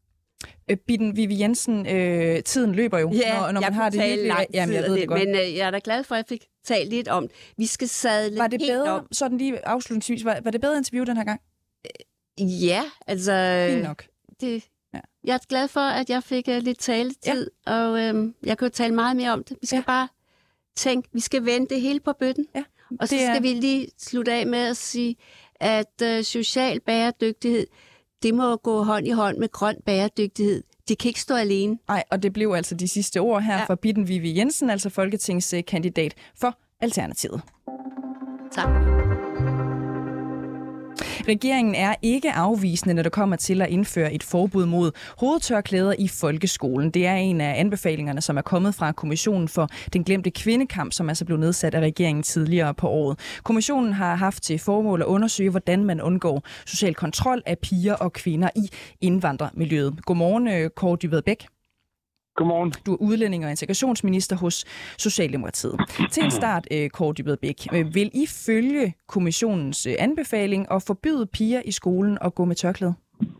Bitten Vivi Jensen, tiden løber jo, når man har det hele. Jamen, jeg ved det godt. Men jeg er da glad for, at jeg fik talt lidt om det. Vi skal sadle var det bedre, om. Sådan lige afslutningsvis, var det bedre interview den her gang? Ja, altså... Fint nok. Jeg er glad for, at jeg fik lidt taletid, og jeg kan jo tale meget mere om det. Vi skal bare tænke, vi skal vende det hele på bøtten. Ja. Og så skal vi lige slutte af med at sige, at social bæredygtighed, det må gå hånd i hånd med grøn bæredygtighed. Det kan ikke stå alene. Nej, og det blev altså de sidste ord her fra Bitten Vivi Jensen, altså folketingskandidat for Alternativet. Tak. Regeringen er ikke afvisende, når det kommer til at indføre et forbud mod hovedtørklæder i folkeskolen. Det er en af anbefalingerne, som er kommet fra Kommissionen for den glemte kvindekamp, som altså blev nedsat af regeringen tidligere på året. Kommissionen har haft til formål at undersøge, hvordan man undgår social kontrol af piger og kvinder i indvandrermiljøet. Godmorgen, Kaare Dybvad Bek. Godmorgen. Du er udlænding- og integrationsminister hos Socialdemokratiet. Til en start, Kaare Dybvad Bek, vil I følge kommissionens anbefaling og forbyde piger i skolen at gå med tørklæde?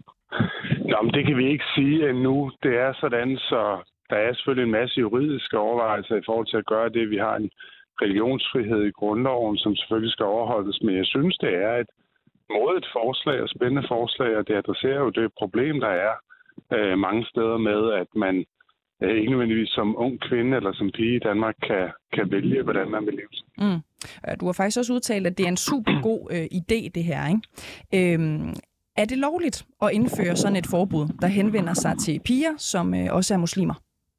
Nå, men det kan vi ikke sige endnu. Det er sådan, så der er selvfølgelig en masse juridiske overvejelser i forhold til at gøre det. Vi har en religionsfrihed i grundloven, som selvfølgelig skal overholdes, men jeg synes, det er et modigt forslag og spændende forslag, og det adresserer jo det problem, der er mange steder med, at man ikke nødvendigvis som ung kvinde eller som pige i Danmark kan vælge, hvordan man vil leve. Du har faktisk også udtalt, at det er en super god idé, det her, ikke? Er det lovligt at indføre sådan et forbud, der henvender sig til piger, som også er muslimer?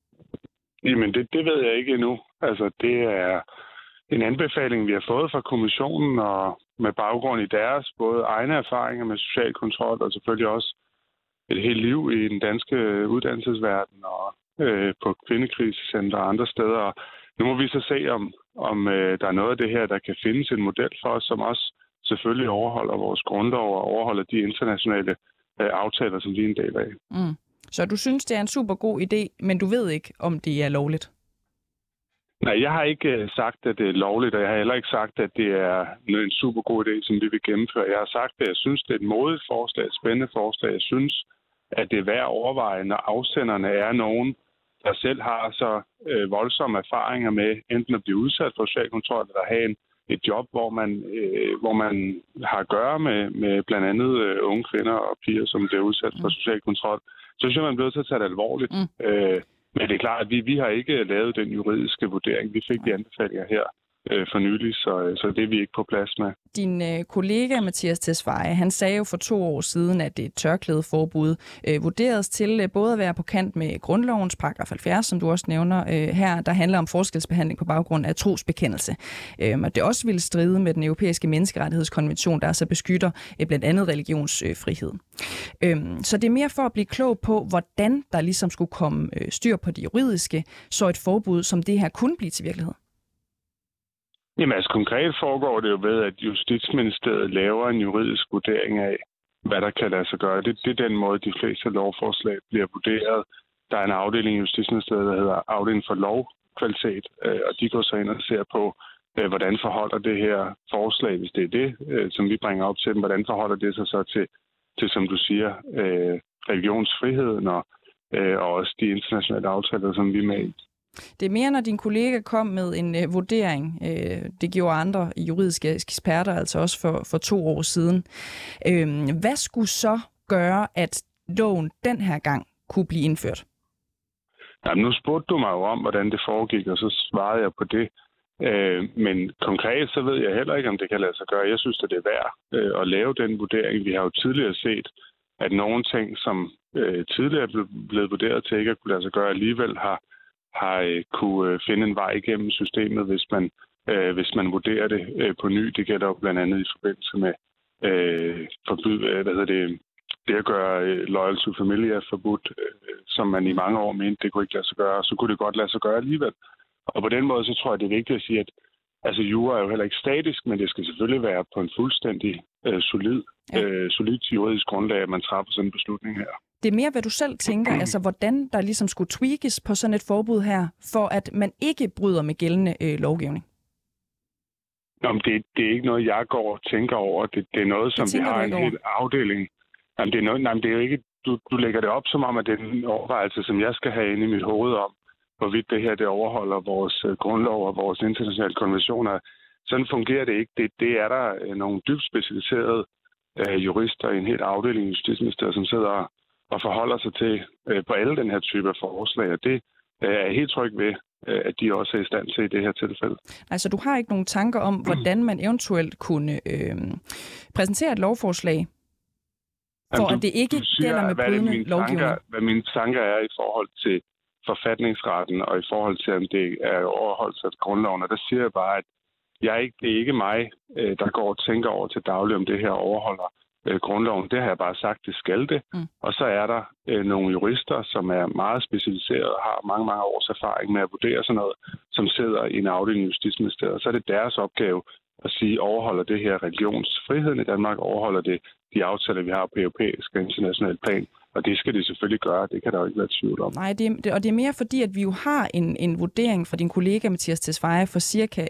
Jamen, det ved jeg ikke endnu. Altså, det er en anbefaling, vi har fået fra kommissionen, og med baggrund i deres både egne erfaringer med social kontrol, og selvfølgelig også et helt liv i den danske uddannelsesverden og på kvindekrisecenter og andre steder. Og nu må vi så se, om der er noget af det her, der kan findes en model for os, som også selvfølgelig overholder vores grundlov og overholder de internationale aftaler, som vi er en del af. Så du synes, det er en super god idé, men du ved ikke, om det er lovligt? Nej, jeg har ikke sagt, at det er lovligt, og jeg har heller ikke sagt, at det er en super god idé, som vi vil gennemføre. Jeg har sagt, at jeg synes, det er et modigt forslag, et spændende forslag. Jeg synes, at det er værd at overveje, når afsenderne er nogen, der selv har så voldsomme erfaringer med enten at blive udsat for social kontrol, eller have et job, hvor man har at gøre med blandt andet unge kvinder og piger, som bliver udsat for social kontrol. så synes jeg, man bliver nødt til at tage det alvorligt. Men det er klart, at vi har ikke lavet den juridiske vurdering. Vi fik de anbefalinger her for nylig, så det er vi ikke på plads med. Din kollega Mattias Tesfaye, han sagde jo for 2 år siden, at et tørklædeforbud vurderes til både at være på kant med grundlovens paragraf 70, som du også nævner her, der handler om forskelsbehandling på baggrund af trosbekendelse. Og det også ville stride med den europæiske menneskerettighedskonvention, der altså beskytter blandt andet religionsfrihed. Så det er mere for at blive klog på, hvordan der ligesom skulle komme styr på det juridiske, så et forbud som det her kunne blive til virkelighed. Jamen altså konkret foregår det jo ved, at Justitsministeriet laver en juridisk vurdering af, hvad der kan lade sig gøre. Det er den måde, de fleste lovforslag bliver vurderet. Der er en afdeling i Justitsministeriet, der hedder Afdeling for Lovkvalitet, og de går så ind og ser på, hvordan forholder det her forslag, hvis det er det, som vi bringer op til dem, hvordan forholder det sig så til som du siger, religionsfriheden og også de internationale aftaler, som vi er med i. Det er mere, når din kollega kom med en vurdering. Det gjorde andre juridiske eksperter altså også for 2 år siden. Hvad skulle så gøre, at loven den her gang kunne blive indført? Jamen, nu spurgte du mig jo om, hvordan det foregik, og så svarede jeg på det. Men konkret så ved jeg heller ikke, om det kan lade sig gøre. Jeg synes, at det er værd at lave den vurdering. Vi har jo tidligere set, at nogle ting, som tidligere er blevet vurderet til ikke at kunne lade sig gøre, alligevel har kunne finde en vej igennem systemet, hvis man vurderer det på ny. Det gælder jo blandt andet i forbindelse med det at gøre loyal to familia forbudt, som man i mange år mente, det kunne ikke lade sig gøre, så kunne det godt lade sig gøre alligevel. Og på den måde, så tror jeg, det er vigtigt at sige, at altså, jura er jo heller ikke statisk, men det skal selvfølgelig være på en fuldstændig solidt juridisk grundlag, at man træffer sådan en beslutning her. Det er mere, hvad du selv tænker, altså hvordan der ligesom skulle tweakes på sådan et forbud her, for at man ikke bryder med gældende lovgivning. Nå, men det er ikke noget, jeg går og tænker over. Det er noget, som vi har en hel afdeling. Jamen, det er jo ikke, du lægger det op som om, at det er en overvejelse, som jeg skal have inde i mit hoved om, hvorvidt det her det overholder vores grundlov og vores internationale konventioner. Sådan fungerer det ikke. Det er der nogle dybt specialiserede jurister i en hel afdeling i Justitsministeriet, som sidder og forholder sig til på alle den her type af forslag, og det er jeg helt tryg ved, at de også er i stand til i det her tilfælde. Altså, du har ikke nogen tanker om, hvordan man eventuelt kunne præsentere et lovforslag, for at det ikke gælder med brydende lovgivning? Hvad mine tanker er i forhold til forfatningsretten, og i forhold til, om det er overholdelse af grundloven, og der siger jeg bare, at det er ikke mig, der går og tænker over til daglig, om det her overholder grundloven. Det har jeg bare sagt, det skal det. Og så er der nogle jurister, som er meget specialiserede og har mange, mange års erfaring med at vurdere sådan noget, som sidder i en afdeling i Justitsministeriet. Så er det deres opgave at sige, overholder det her religionsfriheden i Danmark, overholder det de aftaler, vi har på europæisk og international plan. Og det skal det selvfølgelig gøre. Det kan der jo ikke være tvivl om. Nej, og det er mere fordi, at vi jo har en vurdering fra din kollega Mattias Tesfaye for cirka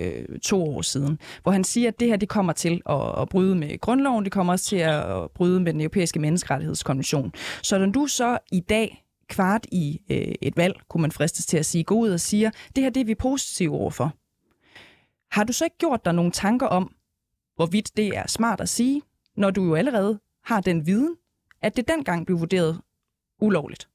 2 år siden, hvor han siger, at det her det kommer til at bryde med grundloven, det kommer også til at bryde med den europæiske menneskerettighedskonvention. Så når du så i dag, kvart i et valg, kunne man fristes til at sige, gå ud og siger, det her det er vi positive overfor. Har du så ikke gjort dig nogle tanker om, hvorvidt det er smart at sige, når du jo allerede har den viden, at det dengang blev vurderet ulovligt?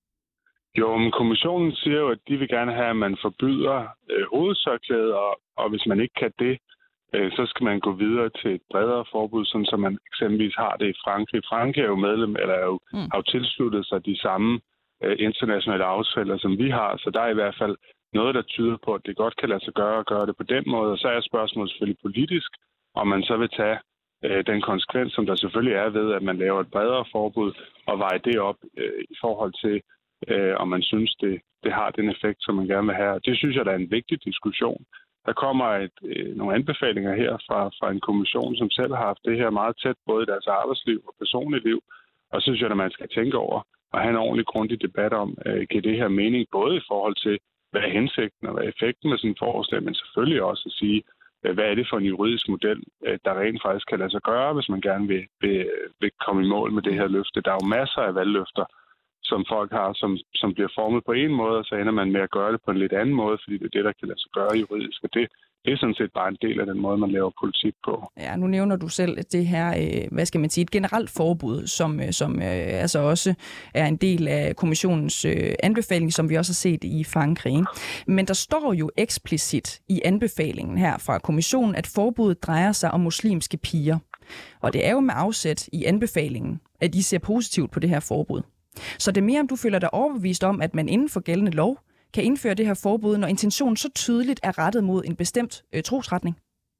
Jo, men kommissionen siger jo, at de vil gerne have, at man forbyder hovedtørklæde, og hvis man ikke kan det, så skal man gå videre til et bredere forbud, sådan som man eksempelvis har det i Frankrig. Frankrig er jo medlem, eller har jo tilsluttet sig de samme internationale aftaler, som vi har, så der er i hvert fald noget, der tyder på, at det godt kan lade sig gøre det på den måde, og så er spørgsmålet selvfølgelig politisk, om man så vil tage den konsekvens, som der selvfølgelig er ved, at man laver et bredere forbud og veje det op i forhold til, om man synes, det har den effekt, som man gerne vil have. Det synes jeg, der er en vigtig diskussion. Der kommer nogle anbefalinger her fra en kommission, som selv har haft det her meget tæt, både i deres arbejdsliv og personligt liv. Og så synes jeg, at man skal tænke over og have en ordentlig grundig debat om, giver det her mening, både i forhold til, hvad er hensigten og hvad er effekten med sådan et forslag, men selvfølgelig også at sige, hvad er det for en juridisk model, der rent faktisk kan lade sig gøre, hvis man gerne vil komme i mål med det her løfte. Der er jo masser af valgløfter, som folk har, som bliver formet på en måde, og så ender man med at gøre det på en lidt anden måde, fordi det er det, der kan lade sig gøre juridisk. Og det er sådan set bare en del af den måde, man laver politik på. Ja, nu nævner du selv det her, hvad skal man sige, et generelt forbud, som altså også er en del af kommissionens anbefaling, som vi også har set i Frankrig. Men der står jo eksplicit i anbefalingen her fra kommissionen, at forbuddet drejer sig om muslimske piger. Og det er jo med afsæt i anbefalingen, at de ser positivt på det her forbud. Så det er mere, om du føler dig overbevist om, at man inden for gældende lov kan indføre det her forbud, når intentionen så tydeligt er rettet mod en bestemt trosretning?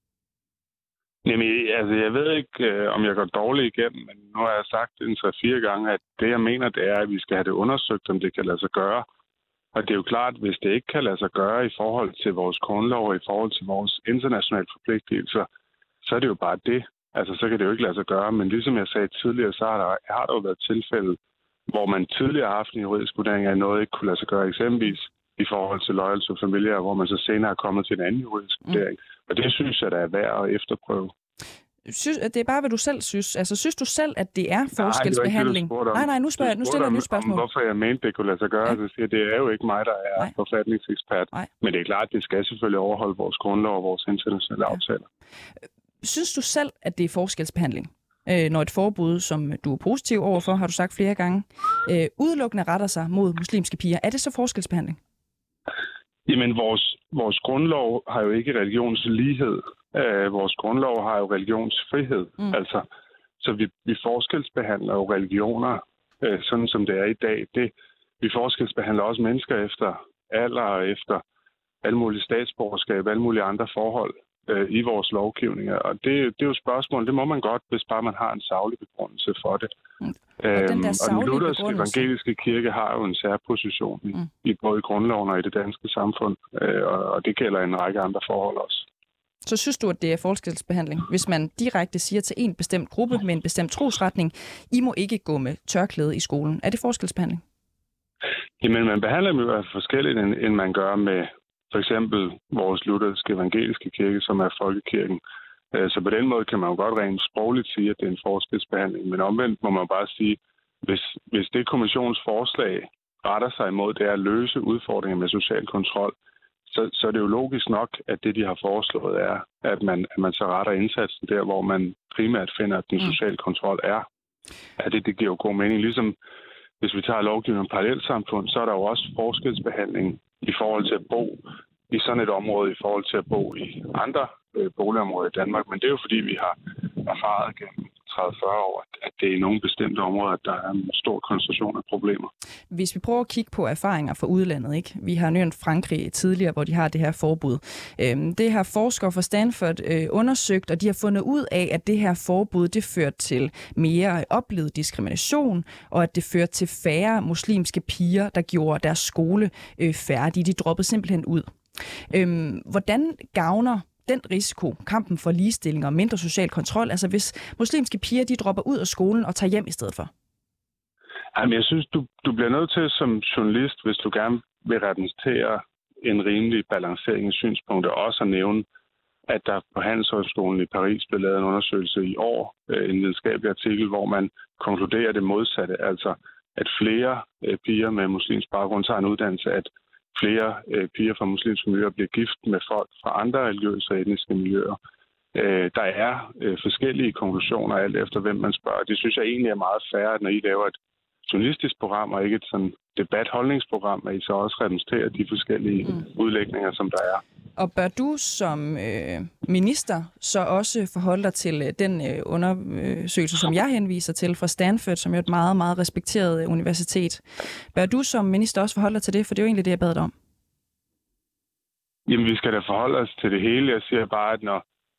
Jamen, altså, jeg ved ikke, om jeg går dårligt igennem, men nu har jeg sagt 3-4 gange, at det, jeg mener, det er, at vi skal have det undersøgt, om det kan lade sig gøre. Og det er jo klart, hvis det ikke kan lade sig gøre i forhold til vores grundlov og i forhold til vores internationale forpligtelser, så er det jo bare det. Altså, så kan det jo ikke lade sig gøre. Men ligesom jeg sagde tidligere, så har der jo været tilfælde, hvor man tidligere har haft en juridisk vurdering af, at noget ikke kunne lade sig gøre, eksempelvis i forhold til Loyal to Familia, hvor man så senere er kommet til en anden juridisk vurdering. Og det synes jeg, der er værd at efterprøve. Det er bare, hvad du selv synes. Altså, synes du selv, at det er forskelsbehandling? Nej, nu stiller jeg et nyt spørgsmål. Hvorfor jeg mente, det kunne lade sig gøre, så siger det er jo ikke mig, der er forfatningsekspert. Men det er klart, at det skal selvfølgelig overholde vores grundlov og vores internationale aftaler. Synes du selv, at det er forskelsbehandling? Når et forbud, som du er positiv overfor, har du sagt flere gange, udelukkende retter sig mod muslimske piger. Er det så forskelsbehandling? Jamen, vores grundlov har jo ikke religionslighed. Vores grundlov har jo religionsfrihed. Altså, så vi forskelsbehandler jo religioner, sådan som det er i dag. Vi forskelsbehandler også mennesker efter alder og efter alle mulige statsborgerskab, alle mulige andre forhold i vores lovgivninger. Og det er jo spørgsmål, det må man godt, hvis bare man har en saglig begrundelse for det. Og den lutherske evangeliske kirke har jo en særposition i både grundloven og i det danske samfund, og det gælder en række andre forhold også. Så synes du, at det er forskelsbehandling, hvis man direkte siger til en bestemt gruppe med en bestemt trosretning, I må ikke gå med tørklæde i skolen. Er det forskelsbehandling? Jamen, man behandler dem jo forskelligt, end man gør med for eksempel vores lutherske evangeliske kirke, som er folkekirken. Så på den måde kan man jo godt rent sprogligt sige, at det er en forskelsbehandling. Men omvendt må man bare sige, hvis det kommissionens forslag retter sig imod, det er at løse udfordringer med social kontrol, så er det jo logisk nok, at det, de har foreslået, er, at man så retter indsatsen der, hvor man primært finder, at den sociale kontrol er. At det giver jo god mening. Ligesom hvis vi tager lovgivning om parallelsamfund, så er der jo også forskelsbehandling i forhold til at bo i sådan et område, i forhold til at bo i andre boligområder i Danmark. Men det er jo fordi, vi har erfaret gennem 30-40 år, at det er i nogle bestemte områder, at der er en stor koncentration af problemer. Hvis vi prøver at kigge på erfaringer fra udlandet, ikke? Vi har nævnt Frankrig tidligere, hvor de har det her forbud. Det har forskere fra Stanford undersøgt, og de har fundet ud af, at det her forbud, det førte til mere oplevet diskrimination, og at det førte til færre muslimske piger, der gjorde deres skole færdig. De droppede simpelthen ud. Hvordan gavner den risiko, kampen for ligestilling og mindre social kontrol, altså hvis muslimske piger, de dropper ud af skolen og tager hjem i stedet for? Jamen, jeg synes, du bliver nødt til som journalist, hvis du gerne vil repræsentere en rimelig balancering af synspunkter, også at nævne, at der på Handelshøjskolen i Paris blev lavet en undersøgelse i år, en videnskabelig artikel, hvor man konkluderer det modsatte, altså at flere piger med muslimsk baggrund tager en uddannelse, at flere piger fra muslimske miljøer bliver gift med folk fra andre religiøse og etniske miljøer. Der er forskellige konklusioner alt efter, hvem man spørger. Det synes jeg egentlig er meget fair, at når I laver et journalistisk program og ikke et sådan debat-holdningsprogram, at I så også repræsenterer de forskellige udlægninger, som der er. Og bør du som minister så også forholde dig til den undersøgelse, som jeg henviser til fra Stanford, som er et meget, meget respekteret universitet. Bør du som minister også forholde dig til det, for det er jo egentlig det, jeg bad dig om. Jamen, vi skal da forholde os til det hele. Jeg siger bare, at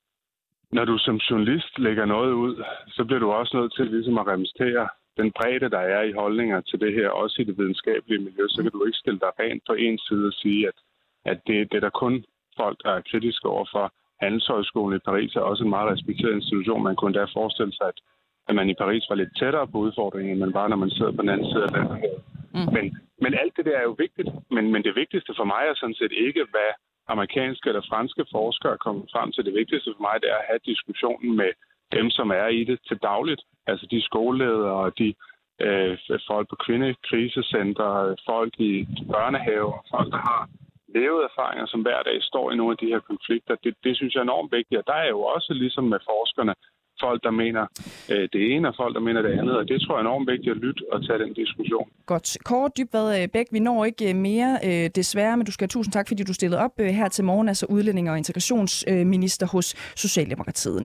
når du som journalist lægger noget ud, så bliver du også nødt til ligesom at repræsentere den bredde, der er i holdninger til det her, også i det videnskabelige miljø. Så kan du ikke stille dig rent på en side og sige, at det er der kun folk, der er kritiske over for. Handelshøjskolen i Paris er også en meget respekteret institution. Man kunne da forestille sig, at man i Paris var lidt tættere på udfordringen, end man var, når man sidder på den anden side af landet. Men alt det der er jo vigtigt. Men det vigtigste for mig er sådan set ikke, hvad amerikanske eller franske forskere kommer frem til. Det vigtigste for mig, det er at have diskussionen med dem, som er i det til dagligt. Altså de skoleledere og de folk på kvindekrisecenter, folk i børnehaver, folk, der har levede erfaringer, som hver dag står i nogle af de her konflikter. Det synes jeg er enormt vigtigt. Og der er jo også, ligesom med forskerne, folk, der mener det ene, og folk, der mener det andet. Og det tror jeg er enormt vigtigt at lytte og tage den diskussion. Godt. Kåre Dybvad Bæk, vi når ikke mere desværre, men du skal have tusind tak, fordi du stillede op her til morgen, altså udlænding- og integrationsminister hos Socialdemokratiet.